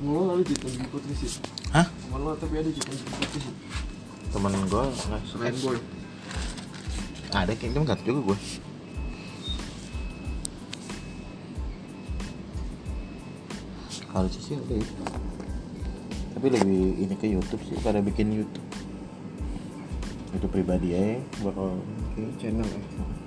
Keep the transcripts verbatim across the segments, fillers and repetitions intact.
Temen lo ada Cid yang ikut sih? Hah? Temen lo tapi ada Cid yang ikut sih? Temen gue Selain boy. ada kayaknya nggak tahu juga gue. Kalau sih ada itu. Tapi lebih ini ke YouTube sih, pada bikin YouTube. Itu pribadi ya, bakal Oke, channel ya.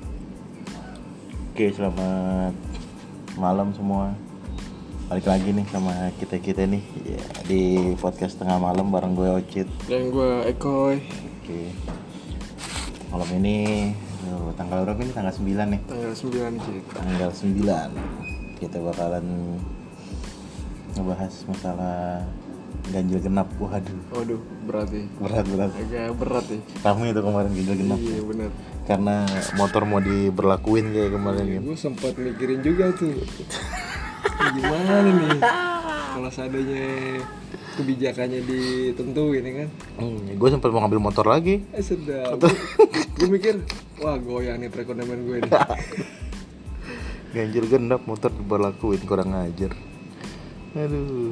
Oke, selamat malam semua. Balik lagi nih sama kita-kita nih ya, di podcast tengah malam bareng gue Ocit. Dan gue Ekoy. Oke. Malam ini oh, tanggal berapa ini? Tanggal sembilan nih. Tanggal sembilan Cid. Tanggal sembilan. Kita bakalan ngebahas masalah ganjil genap. Waduh. Waduh, berat ya. Berat-berat. Agak berat ya. Ramai itu kemarin ganjil genap. Iya benar. Karena motor mau diberlakuin kayak kemarin Iya, gitu. gue sempat mikirin juga tuh. Gimana nih kalau seadanya kebijakannya ditentuin ya kan? Hmm, gue sempat mau ngambil motor lagi. Eh sedap. Gue mikir, wah goyang nih perekonomian gue nih. Ganjil genap motor diberlakuin, kurang ajar. Aduh.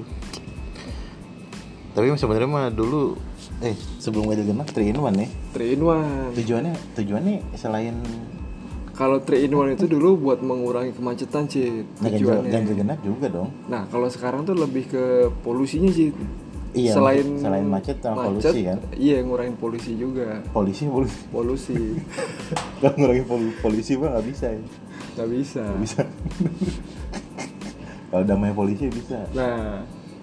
Tapi sebenarnya mah dulu eh sebelum ganjil genap three in one ya. three in one. Tujuannya tujuannya selain Kalau three in one itu dulu buat mengurangi kemacetan sih nah, ganjil, tujuannya. ganjil genap juga dong. Nah kalau sekarang tuh lebih ke polusinya sih. Iya, selain selain macet sama polusi kan. Iya, ngurangin polusi juga. Polisi polisi. Polusi. Kalau ngurangin pol- polisi mah nggak bisa ya. Nggak bisa. Nggak bisa. Kalau damai polisi bisa. Nah.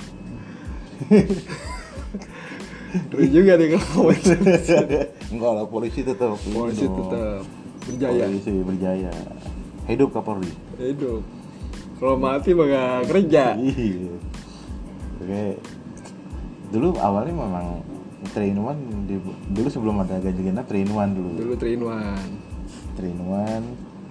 Terus juga deh kalau Enggak lah, polisi tetap. polisi tetap berjaya. Polisi berjaya. Hidup Kapolri. Hidup. Kalau mati mah gak kerja. Iya. Oke. Dulu awalnya memang three in one di, dulu sebelum ada ganjil genap three in one dulu. Dulu three in one. three in one.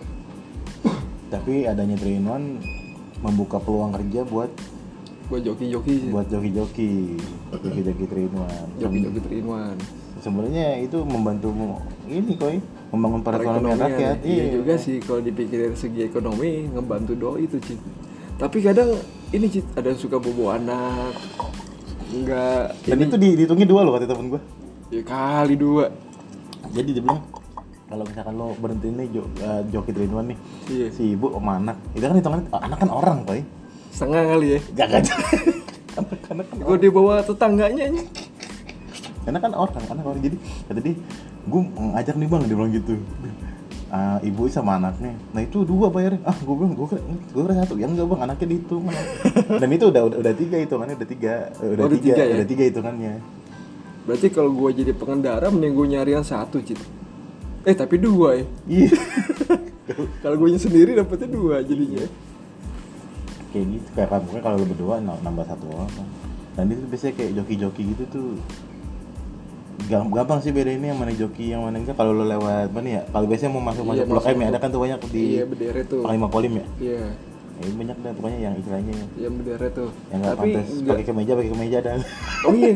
Tapi adanya three in one membuka peluang kerja buat Buat joki-joki sih. buat joki-joki. Joki-joki three in one. Joki-joki three in one. Sebenarnya itu membantu ini koi, membangun perekonomian rakyat. Iya juga sih kalau dipikirin segi ekonomi ngebantu doi itu Cid. Tapi kadang ini Cid ada yang suka bobo anak. Enggak. Dan itu dihitungnya dua loh kata temen gue. Ya kali dua. Jadi dia bilang kalau misalkan lo berhenti nih jo, uh, joki three in one nih, Iya. si ibu sama anak, itu kan hitungannya oh, anak kan orang koi. Setengah kali ya. Gak gak. Anak kan Kalau dia bawa tetangganya nih. karena kan orang, anak orang jadi kata dia, gue ngajak nih bang, dia bilang gitu. Uh, ibu sama anaknya, nah itu dua bayarnya. Ah, gue bilang, gue kira, gue kira satu, ya enggak bang, anaknya dihitung. Dan itu udah udah, udah tiga hitungannya, udah tiga, udah Oh, tiga, tiga ya? udah tiga hitungannya. Berarti kalau gue jadi pengendara mending gue nyari yang satu Cid. Eh tapi dua ya. Iya. Kalau gue sendiri dapetnya dua jadinya. Kayak gitu, kayak kamu kalau lo berdua nambah satu orang. Dan itu biasanya kayak joki-joki gitu tuh. Gampang sih beda ini yang mana joki yang mana enggak. Kalau lo lewat mana ya? Kalau biasanya mau masuk masuk Iya, Blok M ya, masuk. ada kan tuh banyak di Iya bendera tuh. Panglima Polim ya. Iya. Ya, ini banyak dah pokoknya yang istilahnya Iya bendera tuh. yang nggak Tapi pantas nggak- pakai kemeja pakai kemeja dan Oh iya.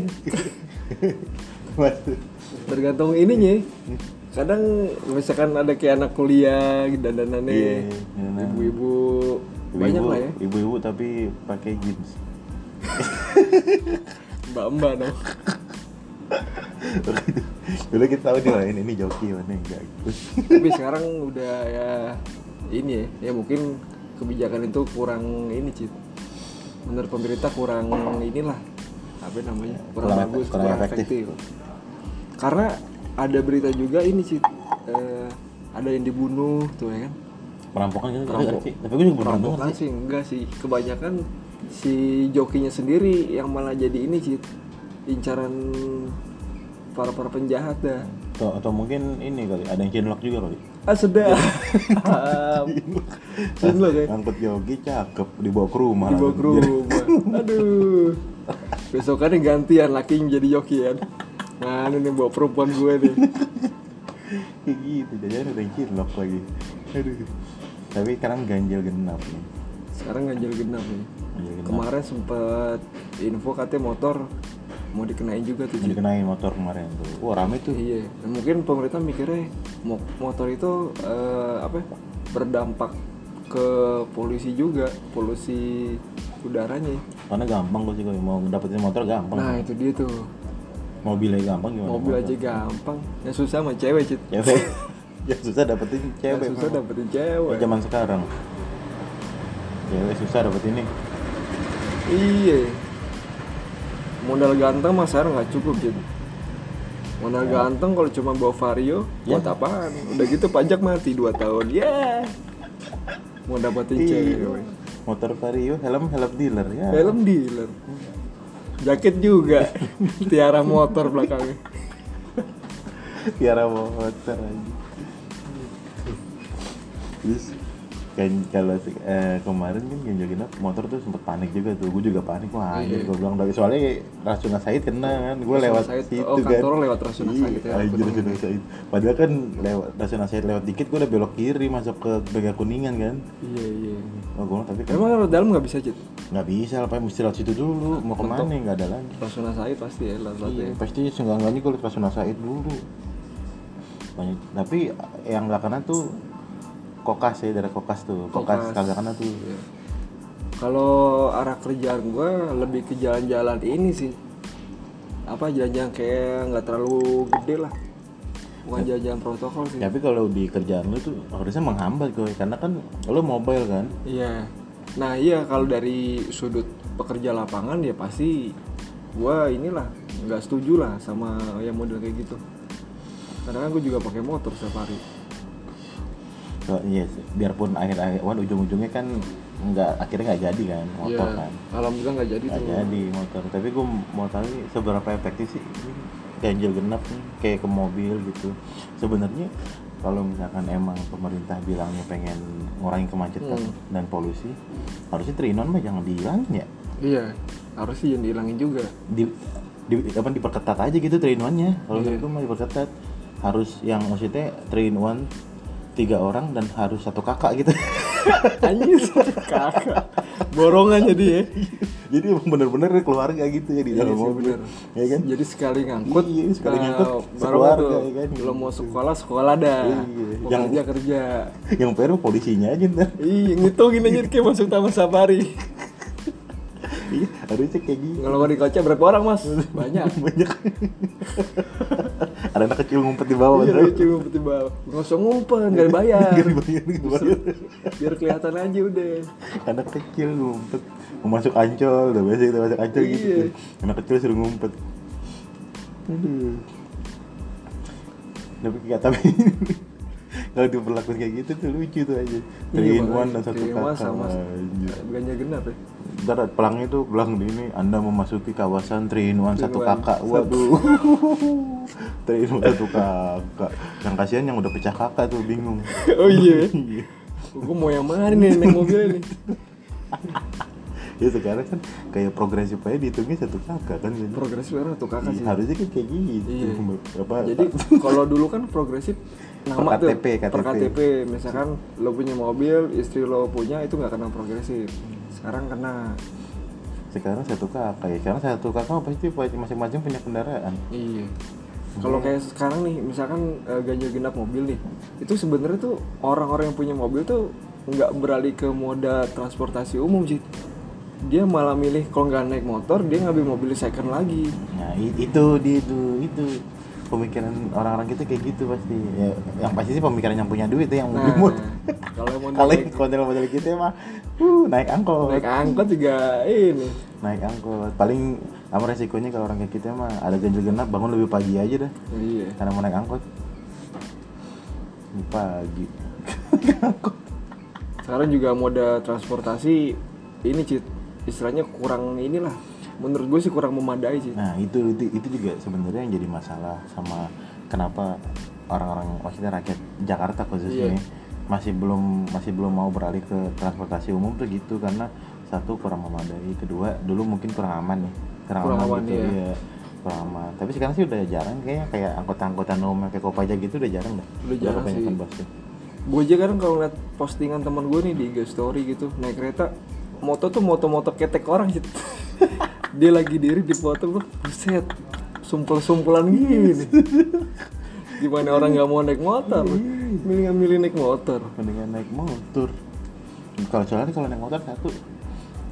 Tergantung ininya. Kadang misalkan ada kayak anak kuliah dandanannya. Iya, dandanan. Ibu-ibu banyak ibu-ibu, lah ya. ibu-ibu tapi pakai jeans. Mbak-mbak dong. Dulu kita tahu nih lah ini, ini joki mana enggak gitu. Tapi sekarang udah ya ini ya, ya mungkin kebijakan itu kurang ini Cid. Menurut pemerintah kurang inilah apa namanya kurang, Kurang bagus, efek- kurang kurang efektif. efektif. Karena ada berita juga ini Cid, eh, ada yang dibunuh tuh ya kan. Perampokan gitu Perampok. sih. Tapi gue juga belum pernah Perampokan dengar sih. sih enggak sih, kebanyakan si jokinya sendiri yang malah jadi ini Cid, incaran para para penjahat dah. Atau, atau mungkin ini kali ada yang cinlok juga kali. Ah sedap. Cinlok ya. Angkut joki cakep dibawa ke rumah. Dibawa ke langsung. rumah. Aduh. Besokannya gantian lakinya jadi joki kan. Nah ini nih bawa perempuan gue nih. Kayak gitu, jajan ada yang cinlok lagi. Aduh. Tapi sekarang ganjil genap nih. Sekarang ganjil genap nih. Ganjil genap. Kemarin sempet info katanya motor mau dikenain juga tuh. Mau dikenain motor kemarin tuh. Wah rame tuh. Iya. Dan mungkin pemerintah mikirnya mo- motor itu eh, apa? Ya, berdampak ke polusi juga, polusi udaranya. Karena gampang kok sih kalau mau dapetin motor gampang. Nah itu dia tuh. Mobilnya gampang gimana? Mobil motor? aja gampang. Yang susah mah cewek Cit. Cewek. Ya susah dapetin cewek. Yang susah memang. dapetin cewek. Zaman sekarang. Cewek susah dapet ini. Iya. Modal ganteng mah sekarang nggak cukup Cit. Modal Ya. ganteng kalau cuma bawa Vario, Ya. buat apaan? Udah gitu pajak mati dua tahun. Ya. Yeah. Mau dapetin Iya. cewek. Motor Vario, helm helm dealer ya. Helm dealer. Jaket juga. Tiara motor belakangnya. Tiara motor aja. Terus kan kalau eh, kemarin kan ganjil genap motor tuh sempet panik juga tuh. Gue juga panik wah anjir Iya. gue bilang dari soalnya Rasuna Said kena kan. Gue Rasuna lewat Said. situ Oh, kan. kantor lewat Rasuna Said ya, Anjir betul. Rasuna Said. Padahal kan lewat Rasuna Said lewat dikit gue udah belok kiri masuk ke Mega Kuningan kan. Iya iya. Oh gue tapi kan Emang kalau dalam nggak bisa Cit? nggak bisa apa mesti lewat situ dulu. Mau kemana nggak ada lagi. Rasuna Said pasti ya lewat Iya, ya. pasti seenggak-enggaknya gue liat Rasuna Said dulu. Banyak, tapi yang nggak kena tuh Kokas ya, dari Kokas tuh. Kokas, Kokas. kagak kena tuh. Iya. Kalau arah kerjaan gue lebih ke jalan-jalan ini sih. Apa jalan-jalan kayak nggak terlalu gede lah. Bukan jalan-jalan protokol sih. Tapi kalau di kerjaan lu tuh harusnya menghambat gue, karena kan lu mobile kan. Iya. Nah iya kalau dari sudut pekerja lapangan ya pasti gue inilah nggak setuju lah sama yang model kayak gitu. Karena kan gue juga pakai motor setiap hari. So, yes, biarpun akhir-akhir wan ujung-ujungnya kan nggak akhirnya nggak jadi kan motor Iya. kan. Alhamdulillah nggak jadi Nggak tuh. jadi motor. Tapi gue mau tahu nih seberapa efektif sih ini ganjil genap nih kayak ke mobil gitu. Sebenarnya kalau misalkan emang pemerintah bilangnya pengen ngurangin kemacetan Hmm. dan polusi, harusnya three in one mah jangan dihilangin ya. Iya. Harus sih yang dihilangin juga. Di, di apa diperketat aja gitu three in one-nya. Kalau Iya. menurut gue mah diperketat. Harus yang maksudnya three in one tiga orang dan harus satu kakak gitu. Anjir kakak. Borongan jadi ya. Jadi emang bener-bener keluarga gitu ya di Iya dalam sih, mobil. bener. Ya kan? Jadi sekali ngangkut, Iya, sekali nah, ngangkut baru sekeluarga, tuh, ya kan? belum mau sekolah sekolah dah, Iya. mau Yang- kerja kerja. Yang P R polisinya aja ntar. Iya ngitungin aja kayak masuk taman safari. Iya, harusnya kayak gitu. Kalau mau dikocok berapa orang mas? Banyak. Banyak. Ada anak kecil ngumpet di bawah. Iya kan? lucu ngumpet di bawah. Nggak usah ngumpet, nggak dibayar. Nggak dibayar, nggak dibayar. Biar kelihatan aja udah. Anak kecil ngumpet mau masuk Ancol, udah biasa kita masuk Ancol gitu. Iya. Anak kecil suruh ngumpet. Aduh. Tapi kayak tapi kalau diperlakukan kayak gitu tuh lucu tuh aja. Three in one dan satu Three in one kakak. sama Anjir. ganjil genap ya. Ntar pelangnya tuh pelang di ini, Anda memasuki kawasan three in one Three in satu one, kakak. satu. Waduh. three in one satu kakak. Yang kasihan yang udah pecah kakak tuh bingung. Oh iya. Gue mau yang mana nih naik mobil nih? Ya sekarang kan kayak progresif aja dihitungnya satu kakak kan. Jadi, Progresif sekarang tuh kakak iya, sih. harusnya kan kayak gitu. Iya. Apa, Jadi kalau dulu kan progresif nama Per tuh K T P, per K T P. K T P. Misalkan lo punya mobil, istri lo punya itu nggak kena progresif. Sekarang kena. sekarang satu kakak ya. Sekarang satu kakak pasti masing-masing punya kendaraan. Iya. Kalau kayak sekarang nih, misalkan uh, ganjil genap mobil nih, itu sebenarnya tuh orang-orang yang punya mobil tuh nggak beralih ke moda transportasi umum sih. Dia malah milih kalau nggak naik motor, dia ngambil mobil second lagi. Nah i- itu dia itu itu pemikiran orang-orang kita kayak gitu pasti. Ya, yang pasti sih pemikiran yang punya duit ya, yang Nah, beli motor. kalau mau Kalau naik, model-model kita mah uh, naik angkot. naik angkot juga ini. Naik angkot. Paling sama resikonya kalau orang kayak kita mah ada ganjil genap bangun lebih pagi aja dah. Iya. Karena mau naik angkot. Lebih pagi. Sekarang juga moda transportasi ini Cit, istilahnya kurang inilah. Menurut gue sih kurang memadai sih. Nah, itu itu itu juga sebenarnya yang jadi masalah sama kenapa orang-orang maksudnya rakyat Jakarta khususnya Iya. masih belum masih belum mau beralih ke transportasi umum tuh gitu karena satu kurang memadai, kedua dulu mungkin kurang aman nih. Kurang, Kurang aman, aman, gitu iya. ya. Kurang aman. Tapi sekarang sih udah jarang kayaknya kayak angkot-angkotan umum kayak Kopaja gitu udah jarang dah. Udah jarang kebanyakan sih. busnya. Gue aja kadang kalau ngeliat postingan teman gue nih di I G story gitu naik kereta, moto tuh moto-moto ketek orang Cit. Dia lagi diri di foto gue, buset, sumpel-sumpelan gini. Gimana orang nggak mau naik motor? Milih milih naik motor. Mendingan naik motor. Kalau soalnya kalau naik motor satu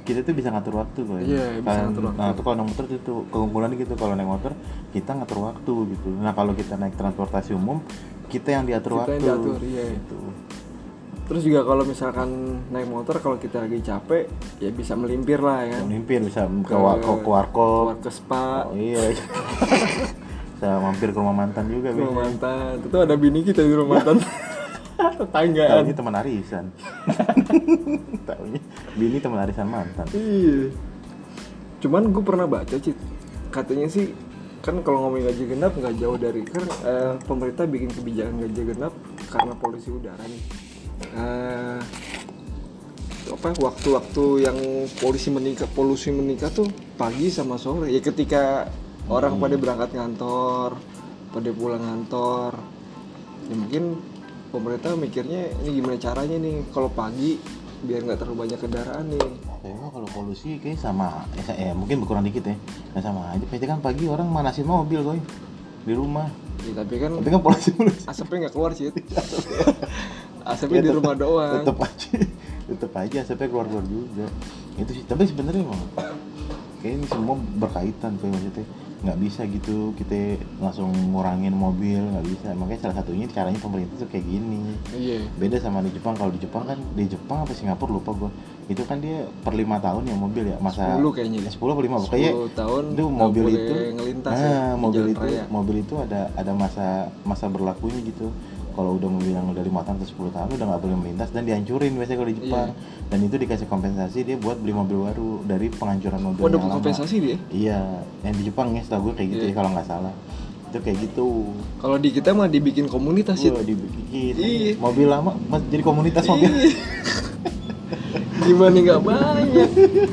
kita tuh bisa ngatur waktu kok. Iya, bisa ngatur waktu. Nah, itu kalau naik motor itu keunggulannya gitu, kalau naik motor kita ngatur waktu gitu. Nah, kalau kita naik transportasi umum, kita yang diatur Kita waktu. yang diatur, iya. Gitu. Terus juga kalau misalkan naik motor, kalau kita lagi capek ya bisa melimpir lah ya kan. Melimpir bisa ke Ke- wa- ke, ke warkop. Keluar ke spa, Oh, iya. Bisa mampir ke rumah mantan juga ke rumah biasanya. mantan. Itu ada bini kita di rumah mantan. Tetanggaan. Taunya teman arisan. Taunya bini teman arisan mantan. Iya. Cuman gue pernah baca Cit, katanya sih kan kalau ngomongin ganjil genap nggak jauh dari kan eh, pemerintah bikin kebijakan ganjil genap karena polusi udara nih. Eh, apa waktu-waktu yang polusi meningkat polusi meningkat tuh pagi sama sore ya ketika orang pada berangkat ngantor, pada pulang ngantor. Ya mungkin pemerintah mikirnya ini gimana caranya nih kalau pagi biar nggak terlalu banyak kendaraan nih. Kayaknya kalau polusi kayak sama, ya, sa- ya mungkin berkurang dikit ya, ya sama aja. Pasti kan pagi orang manasin mobil koy di rumah, Ya, tapi kan tapi kan polusi polusi. asapnya nggak keluar sih. Asapnya di rumah doang. Tetep aja, tetep aja asapnya keluar keluar juga. Itu sih, tapi sebenarnya emang kayak ini semua berkaitan kayak maksudnya nggak bisa gitu kita langsung ngurangin mobil, nggak bisa. Makanya salah satunya caranya pemerintah tuh kayak gini. Iya. Beda sama di Jepang. Kalau di Jepang kan, di Jepang apa Singapura lupa gua, itu kan dia per lima tahun ya mobil ya, masa sepuluh kayaknya. eh, sepuluh atau lima pokoknya sepuluh tahun itu nggak mobil boleh itu ngelintas nah ya, di mobil jalan itu raya. mobil itu ada ada masa masa berlakunya gitu. Kalau udah mobil yang udah lima tahun atau sepuluh tahun udah nggak boleh melintas dan dihancurin biasanya kalau di Jepang. Iya. Dan itu dikasih kompensasi dia buat beli mobil baru dari penghancuran mobil Oh, yang dapat lama. kompensasi dia? Iya, yang di Jepang ya setahu gue kayak gitu Iya. ya kalau nggak salah. Itu kayak gitu. Kalau di kita mah dibikin komunitas sih. Wah, dibikin Iya. mobil lama mas jadi komunitas mobil. Iya. Gimana nggak banyak?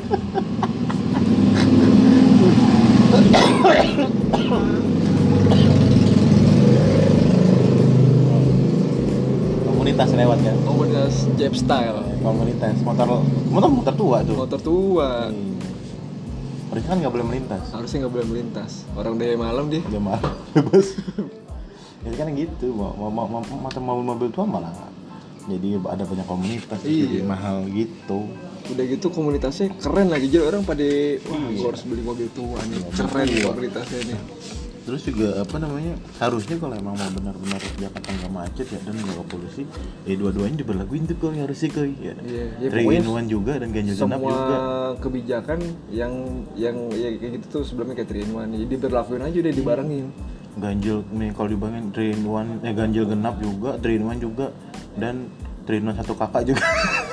Komunitas lewat kan. Komunitas Jep Style. Komunitas motor motor motor tua tuh. Motor tua. Iya. Mereka kan nggak boleh melintas. Harusnya nggak boleh melintas. Orang dari malam dia. Dia mah bebas. Ya kan gitu, mau mau mau mobil-mobil tua malah jadi ada banyak komunitas jadi Iya. mahal gitu. Udah gitu komunitasnya keren lagi, jadi orang pada wah gue harus beli mobil tua nih, keren nih komunitasnya nih. Terus juga apa namanya, harusnya kalau emang mau benar-benar Jakarta nggak macet ya dan nggak polusi, ya dua-duanya diberlakuin tuh kok harusnya kok ya. Iya, ya Three pokoknya in one juga dan ganjil genap semua juga. kebijakan yang yang ya kayak gitu tuh sebelumnya kayak three in one, jadi diberlakuin aja udah dibarengin. Ganjil nih kalau dibangin three in one, eh ganjil genap juga, three in one juga dan three in one satu kakak juga.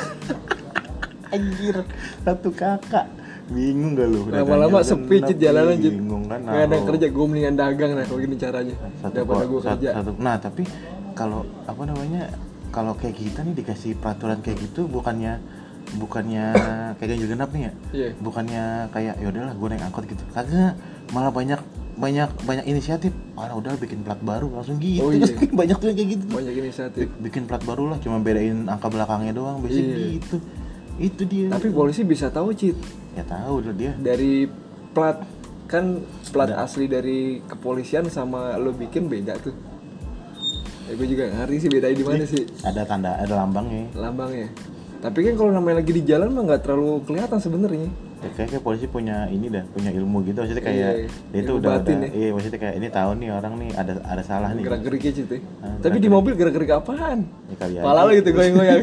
Anjir, satu kakak. Bingung gak lu? Udah Lama-lama ganjil sepi genap, Cit jalanan Cit. Bingung kan. Nggak ada Nah, yang kerja, gue mendingan dagang nah kalau gini caranya satu, daripada gue satu, kerja. satu. Nah tapi kalau apa namanya, kalau kayak kita nih dikasih peraturan kayak gitu, bukannya bukannya kayak ganjil genap nih ya, Iya. bukannya kayak yaudahlah gue naik angkot gitu, kagak, malah banyak banyak banyak inisiatif, malah udah bikin plat baru langsung gitu. Oh, iya. Banyak tuh yang kayak gitu tuh. Banyak inisiatif. Bik- bikin plat baru lah, cuma bedain angka belakangnya doang, biasanya Iya. gitu. Itu dia. Tapi polisi bisa tahu Cit ya tahu lah dia. dari plat, kan plat asli dari kepolisian sama lo bikin beda tuh. Ya gue juga nggak ngerti sih bedanya di mana sih Ada tanda, ada lambangnya. lambangnya. Tapi kan kalau namanya lagi di jalan mah nggak terlalu kelihatan sebenarnya. Ya, kayak, kayak polisi punya ini dah, punya ilmu gitu, maksudnya kayak Iya, dia tuh ilmu udah, batin udah ya. iya maksudnya kayak ini tahu nih orang nih ada ada salah nih. Gerak-geriknya Cit ya. Ah, Tapi di mobil gerak-gerik apaan? Ya, kali aja. Pala lo gitu goyang-goyang.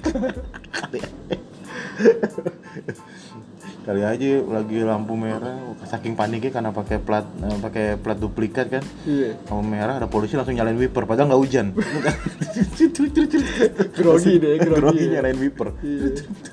Kali aja lagi lampu merah, saking paniknya karena pakai plat eh, pakai plat duplikat kan. Iya. Lampu merah ada polisi langsung nyalain wiper padahal nggak hujan. Grogi deh, grogi. Grogi nyalain wiper. Iya.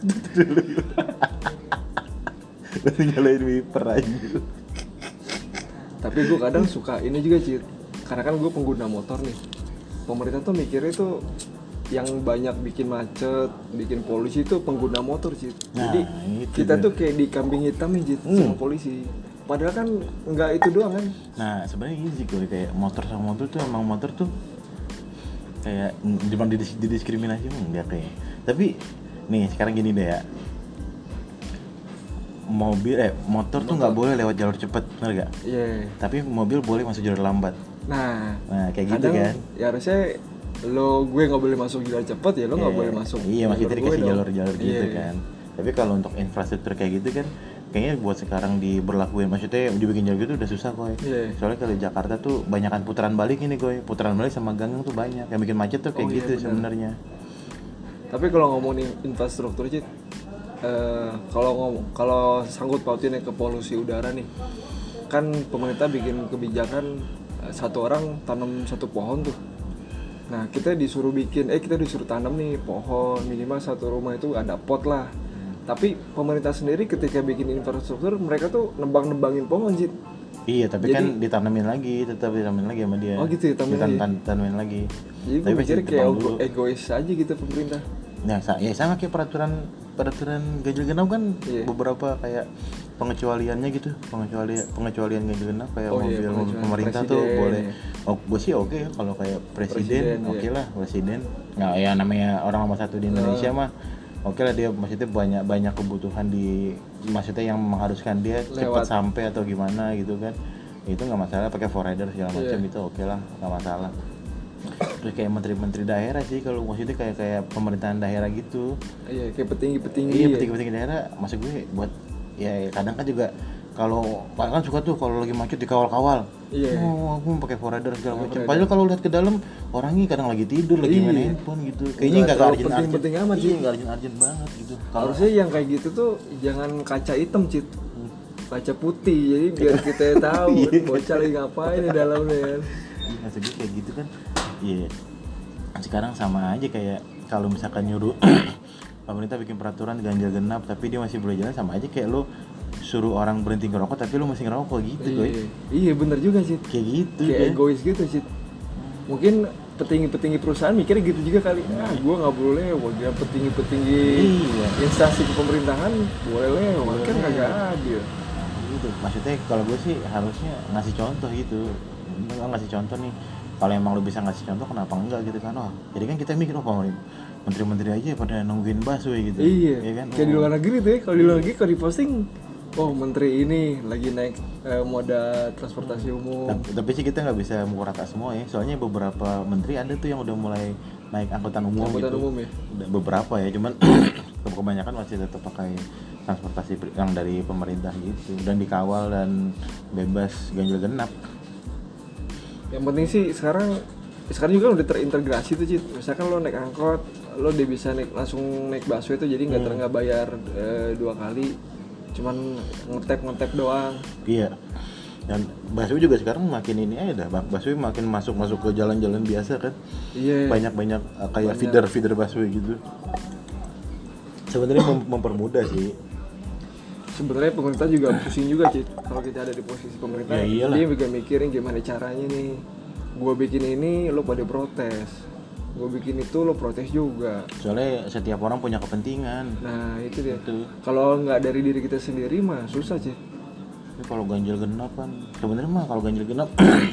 Langsung nyalain wiper aja. Tapi gue kadang suka ini juga Cit, karena kan gue pengguna motor nih. Pemerintah tuh mikirnya tuh yang banyak bikin macet, bikin polusi itu pengguna motor Cit. Nah, Jadi itu kita dia. tuh kayak dikambing hitam nih Cit sama polisi. Padahal kan nggak itu doang kan. Nah sebenarnya ini sih gue kayak motor sama motor tuh emang motor tuh kayak dimana didis- didiskriminasi enggak kayak. Tapi nih sekarang gini deh ya, mobil eh motor, tuh nggak boleh lewat jalur cepet, bener gak? Iya. Tapi mobil boleh masuk jalur lambat. Nah, Nah kayak gitu kadang kan. ya harusnya lo gue nggak boleh masuk jalur cepet ya lo nggak Iya, boleh masuk. Iya maksudnya jalur gue dikasih dong. jalur-jalur gitu Iya. kan. Tapi kalau untuk infrastruktur kayak gitu kan kayaknya buat sekarang diberlakuin, maksudnya dibikin jalan gitu udah susah Koy. Iya. Soalnya kalau di Jakarta tuh banyakan putaran balik ini Koy, putaran balik sama ganggang tuh banyak, yang bikin macet tuh kayak Oh, iya, gitu benar. sebenarnya. Tapi kalau ngomongin infrastruktur Cit, eh, kalau ngomong kalau sangkut pautinnya ke polusi udara nih, kan pemerintah bikin kebijakan eh, satu orang tanam satu pohon tuh. Nah kita disuruh bikin, eh kita disuruh tanam nih pohon minimal satu rumah itu ada pot lah. Tapi pemerintah sendiri ketika bikin infrastruktur mereka tuh nebang-nebangin pohon Cit. Iya, tapi Jadi- kan ditanamin lagi, tetap ditanamin lagi sama dia. Oh gitu ya, tanamin Ditan- lagi? tan- tanamin lagi. Jadi gue Tapi mikir pasti kayak ditebang ego- dulu. egois aja gitu pemerintah. Nah, sa- ya sama kayak peraturan peraturan ganjil genap kan Iya. beberapa kayak pengecualiannya gitu, pengecualian pengecualian ganjil genap kayak Oh iya, mobil mobil pengecualian pemerintah tuh presiden, boleh. ya. Oh, gue sih oke ya kalau kayak presiden, Presiden, oke iya. lah presiden. Nah, ya namanya orang nomor satu di Indonesia Ah. mah. Oke lah dia maksudnya banyak banyak kebutuhan di maksudnya yang mengharuskan dia cepat Lewat. sampai atau gimana gitu kan. Itu nggak masalah pakai forrider segala macam Iya. itu oke lah nggak masalah. Terus kayak menteri-menteri daerah sih kalau maksudnya kayak kayak pemerintahan daerah gitu. Iya kayak petinggi-petinggi. Iya ya. petinggi-petinggi daerah maksud gue buat ya kadang kan juga kalau kan suka tuh kalau lagi macet dikawal-kawal. Iya. Oh, aku mau pakai forrider segala macam. Forrider. Padahal kalau lihat ke dalam orangnya kadang lagi tidur, lagi Iya. main handphone gitu. Kayaknya Nggak nggak terlalu urgent penting-penting amat Iya, sih. nggak urgent-urgent banget gitu. Kalau Harusnya yang kayak gitu tuh jangan kaca hitam Cit, kaca putih jadi biar kita tahu Iya. bocah lagi ngapain di dalamnya kan. Iya, maksud gue kayak gitu kan. Iya. Sekarang sama aja kayak kalau misalkan nyuruh pemerintah bikin peraturan ganjil genap tapi dia masih boleh jalan, sama aja kayak lo suruh orang berhenti ngerokok tapi lo masih ngerokok gitu Iya, Boy. iya bener juga Cit, Kayak gitu kayak kan. egois gitu Cit. Mungkin petinggi-petinggi perusahaan mikirnya gitu juga kali. Ah, gue nggak boleh lewat, yang petinggi-petinggi Iya. instansi kepemerintahan boleh lewat kan Boleh. kagak adil. Gitu. Maksudnya kalau gue sih harusnya ngasih contoh gitu. Lo ngasih contoh nih. Kalau emang lo bisa ngasih contoh kenapa enggak gitu kan. Oh, jadi kan kita mikir oh pemerintah menteri-menteri aja pada nungguin busway gitu. Iya, Ya kan? kayak di Oh. luar negeri tuh ya, kalau di luar negeri kalau diposting, oh menteri ini lagi naik eh, moda transportasi umum. Tapi, tapi sih kita nggak bisa mukul rata semua ya. Soalnya beberapa menteri ada tuh yang udah mulai naik angkutan umum Angkutan gitu. umum ya? Udah beberapa ya, cuman kebanyakan masih tetap pakai transportasi pri- yang dari pemerintah gitu dan dikawal dan bebas ganjil genap. Yang penting sih sekarang sekarang juga udah terintegrasi tuh Cit. Misalkan lo naik angkot, lo udah bisa naik langsung naik busway tuh jadi nggak Hmm. ter nggak bayar eh, dua kali, cuman ngetap ngetap doang. Iya. Dan busway juga sekarang makin ini aja dah. Busway makin masuk-masuk ke jalan-jalan biasa kan. Iya. Banyak-banyak uh, kayak Banyak. feeder-feeder busway gitu. Sebenarnya mem- mempermudah sih. Sebenarnya pemerintah juga pusing juga Cit. Kalau kita ada di posisi pemerintah, Ya iyalah. dia juga mikirin gimana caranya nih. Gua bikin ini, lo pada protes. Gua bikin itu, lo protes juga. Soalnya setiap orang punya kepentingan. Nah itu dia. Itu. Kalau nggak dari diri kita sendiri mah susah Cit. Tapi kalau ganjil genap kan sebenarnya mah kalau ganjil genap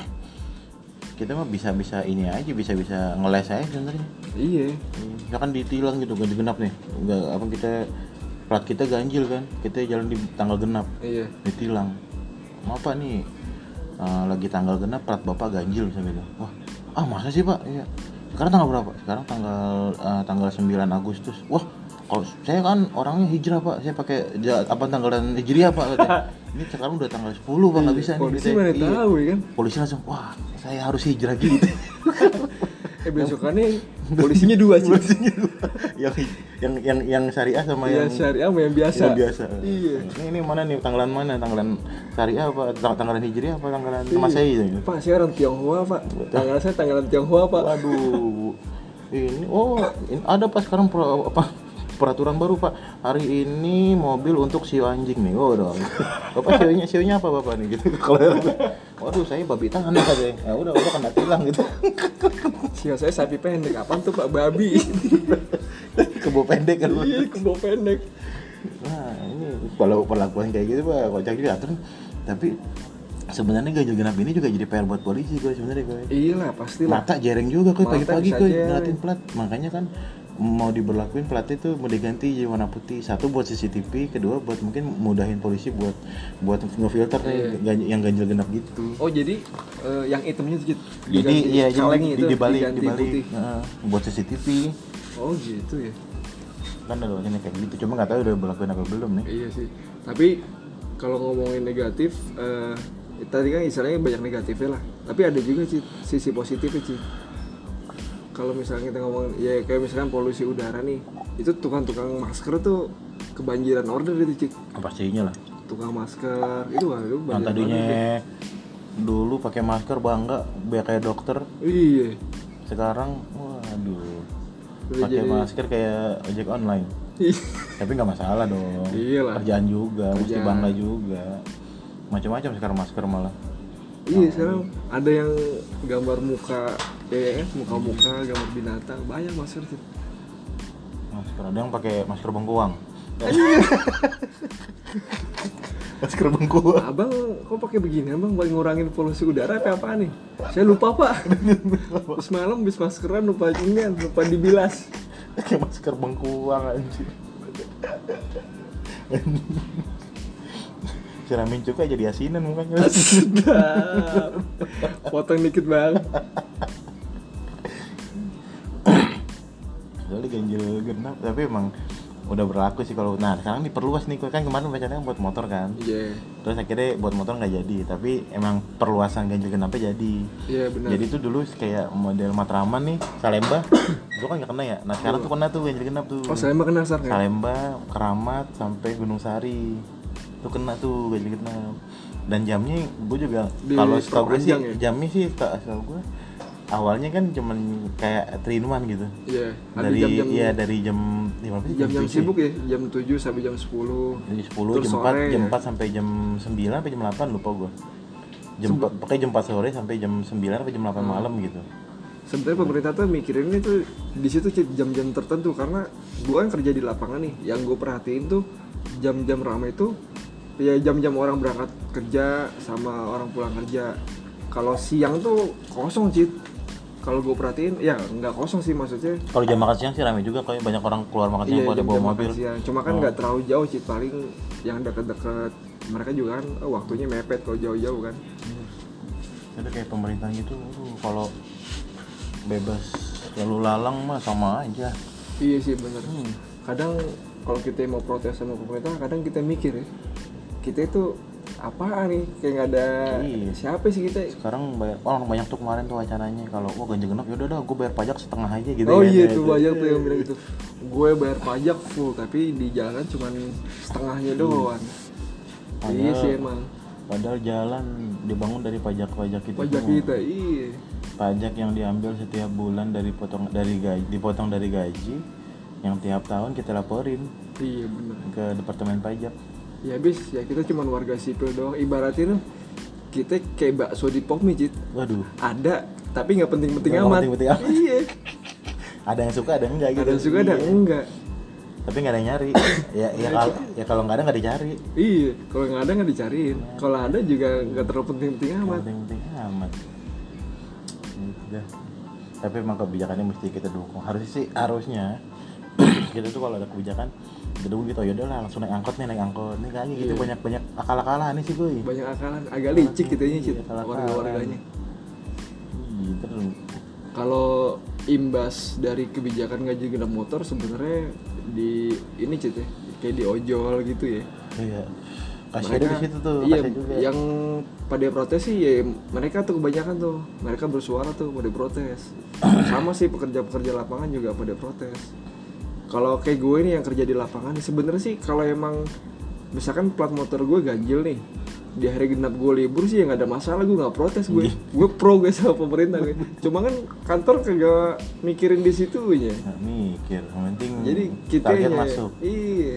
kita mah bisa-bisa ini aja, bisa-bisa ngeles aja sebenarnya. Iya. Ya kan ditilang gitu ganjil genap nih. Enggak apa kita plat kita ganjil kan. Kita jalan di tanggal genap. Iya. Ditilang. Maaf Pak nih. eh, lagi tanggal genap plat Bapak ganjil misalnya gitu. Wah, ah masa sih Pak? Iya. Sekarang tanggal berapa? Sekarang tanggal eh, tanggal sembilan Agustus. Wah, kalau saya kan orangnya hijrah Pak, saya pakai ja- apa tanggalan hijriah Pak katanya. Ini sekarang udah tanggal sepuluh Pak, nggak bisa nih. Polisi Gitu. mana Iya. tahu ya kan. Polisi langsung, wah saya harus hijrah gitu. Eh besokannya polisinya dua Cit. Polisinya dua. yang yang yang yang syariah sama Yang yang syariah sama yang biasa. yang biasa. Iya. Ini, ini mana nih tanggalan mana? Tanggalan syariah apa tang- tanggalan hijriah apa tanggalan Iya. Masehi gitu. Pak, saya orang Tionghoa Pak. Tanggal saya tanggalan Tionghoa Pak. Waduh. Ini oh ini ada Pak sekarang pro, apa peraturan baru Pak. Hari ini mobil untuk siu anjing nih. Oh dong. Bapak sionya sionya apa Bapak nih gitu. Kalau waduh saya babi tangan katanya. Ya udah udah kena tilang gitu. Sio saya sapi pendek. Apaan tuh Pak? Babi. Kebo pendek kan. Iya, kebo pendek. Nah, ini kalau perlakuan kayak gitu Pak, kocak juga aturan. Tapi sebenarnya ganjil genap ini juga jadi P R buat polisi gue sebenarnya gue. Iya lah, pastilah. Mata jereng juga gue Mata pagi-pagi bisa gue jereng. ngeliatin plat. Makanya kan mau diberlakuin plat itu mau diganti jadi warna putih. Satu buat C C T V, kedua buat mungkin mudahin polisi buat buat ngefilter nih Iya. ganj- yang ganjil genap gitu. Oh jadi eh, yang hitamnya tuh Cit, Jadi diganti iya jadi kaleng di, itu dibalik diganti dibalik putih. Heeh, buat C C T V. Oh gitu ya. kan ada wacana kayak gitu, cuma nggak tahu udah berlakuin apa belum nih. Iya sih. Tapi kalau ngomongin negatif, uh, tadi kan istilahnya banyak negatifnya lah. Tapi ada juga sih sisi positifnya sih. Kalau misalnya kita ngomongin, ya kayak misalkan polusi udara nih, itu tukang-tukang masker tuh kebanjiran order itu Cik. Pastinya lah. Tukang masker itu kan itu Yang tadinya dulu pakai masker bangga biar kayak dokter. Iya. Sekarang waduh. Udah Pakai jadi... masker kayak ojek online. Tapi nggak masalah dong. Iyalah. Kerjaan juga, Kerjaan. mesti bangga juga. Macam-macam sekarang masker malah. Iya, sekarang ada yang gambar muka, ya kan, muka-muka, gambar binatang, banyak masker sih. Masker ada yang pakai masker bengkuang. Masker bengkuang. Abang, kok pakai begini? Abang buat ngurangin polusi udara apa apa nih? Saya lupa Pak. Terus malam bis maskeran lupa ini, lupa dibilas. Pakai masker bengkuang anjir. Siramin cuka jadi asinan mukanya. Sedap. Potong dikit bang. Soalnya ganjil genap, tapi emang udah berlaku sih kalau. Nah sekarang diperluas nih, kan kemarin rencananya buat motor kan. Iya. Yeah. Terus akhirnya buat motor nggak jadi, tapi emang perluasan ganjil genapnya jadi. Iya yeah, benar. Jadi tuh dulu kayak model Matraman nih, Salemba, itu kan nggak kena ya. Nah sekarang tuh kena tuh ganjil genap tuh. Oh Salemba kena Sar, ya? Salemba, Keramat sampai Gunung Sari. Tuh kena tuh ganjil genap. Dan jamnya gue juga kalau setahu gue sih ya? Jamnya sih setahu gue awalnya kan cuman kayak three in one gitu. Iya. Yeah. Dari jam-jam, ya dari jam lima belas jam-jam sibuk ya, jam tujuh sampai jam sepuluh. Dari sepuluh jam empat, jam empat sampai jam sembilan sampai jam delapan lupa gue. Jam empat, pakai jam empat sore sampai jam sembilan sampai jam delapan hmm. malam gitu. Sebenarnya pemerintah tuh mikirin itu di situ jam-jam tertentu, karena gue kan kerja di lapangan nih. Yang gue perhatiin tuh jam-jam ramai itu ya jam-jam orang berangkat kerja sama orang pulang kerja. Kalau siang tuh kosong Cid. Kalau gue perhatiin ya nggak kosong sih maksudnya. Kalau jam makan siang sih ramai juga, kayak banyak orang keluar makan siang iya, pada bawa mobil. Siang. Cuma kan nggak oh. terlalu jauh Cid, paling yang dekat-dekat mereka juga kan oh, waktunya mepet kalau jauh-jauh kan. Hmm. Jadi kayak pemerintah gitu, uh, kalau bebas lalu lalang mah sama aja. Iya sih bener. Hmm. Kadang kalau kita mau protes sama pemerintah, kadang kita mikir ya, kita itu apaan nih, kayak nggak ada iya. Siapa sih kita sekarang bayar. Orang banyak tuh kemarin tuh wacananya kalau wah ganjil genap yaudah dah gue bayar pajak setengah aja gitu. Oh ya, iya tuh banyak tuh yang bilang gitu, gue bayar pajak full tapi di jalan cuman setengahnya doang. Hmm. Iya sih emang. Padahal jalan dibangun dari pajak-pajak itu. Pajak semua. Kita iya. Pajak yang diambil setiap bulan dari potong dari gaji, dipotong dari gaji yang tiap tahun kita laporin. Iya benar. Ke departemen pajak. Ya habis ya kita cuma warga sipil doang, ibaratnya tuh kita kayak bakso di pop mie Cid. Waduh. Ada tapi nggak penting-penting amat. Penting-penting amat. Iya. Ada yang suka ada yang enggak gitu. Ada yang suka ada yang enggak. Tapi nggak ada yang nyari. ya ya kalau ya kalau nggak ada nggak dicari. Iya. Kalau nggak ada nggak dicariin. Ya. Kalau ada juga nggak terlalu penting-penting amat. Penting-penting amat. Udah. Tapi emang kebijakannya mesti kita dukung. Harusnya sih harusnya kita tuh kalau ada kebijakan kita dukung gitu, yaudah lah langsung naik angkot nih naik angkot nih kayaknya gitu. Iya. banyak banyak akal-akalan nih sih gue. Banyak akalan, agak licik gitu ya sih warga-warganya. Gitu. Kalau imbas dari kebijakan ganjil genap motor sebenarnya di ini Cid ya, kayak di ojol gitu ya. Iya. Kasih di situ tuh. Iya. Juga. Yang pada protes sih ya mereka tuh kebanyakan tuh, mereka bersuara tuh pada protes. Sama sih pekerja-pekerja lapangan juga pada protes. Kalau kayak gue nih yang kerja di lapangan nih sebenarnya sih kalau emang misalkan plat motor gue ganjil nih di hari genap gue libur sih ya nggak ada masalah, gue nggak protes gue. Gue pro gue sama pemerintah gue. Cuma kan kantor kagak mikirin di situnya. Nggak mikir, yang penting jadi kita target masuk. Iya.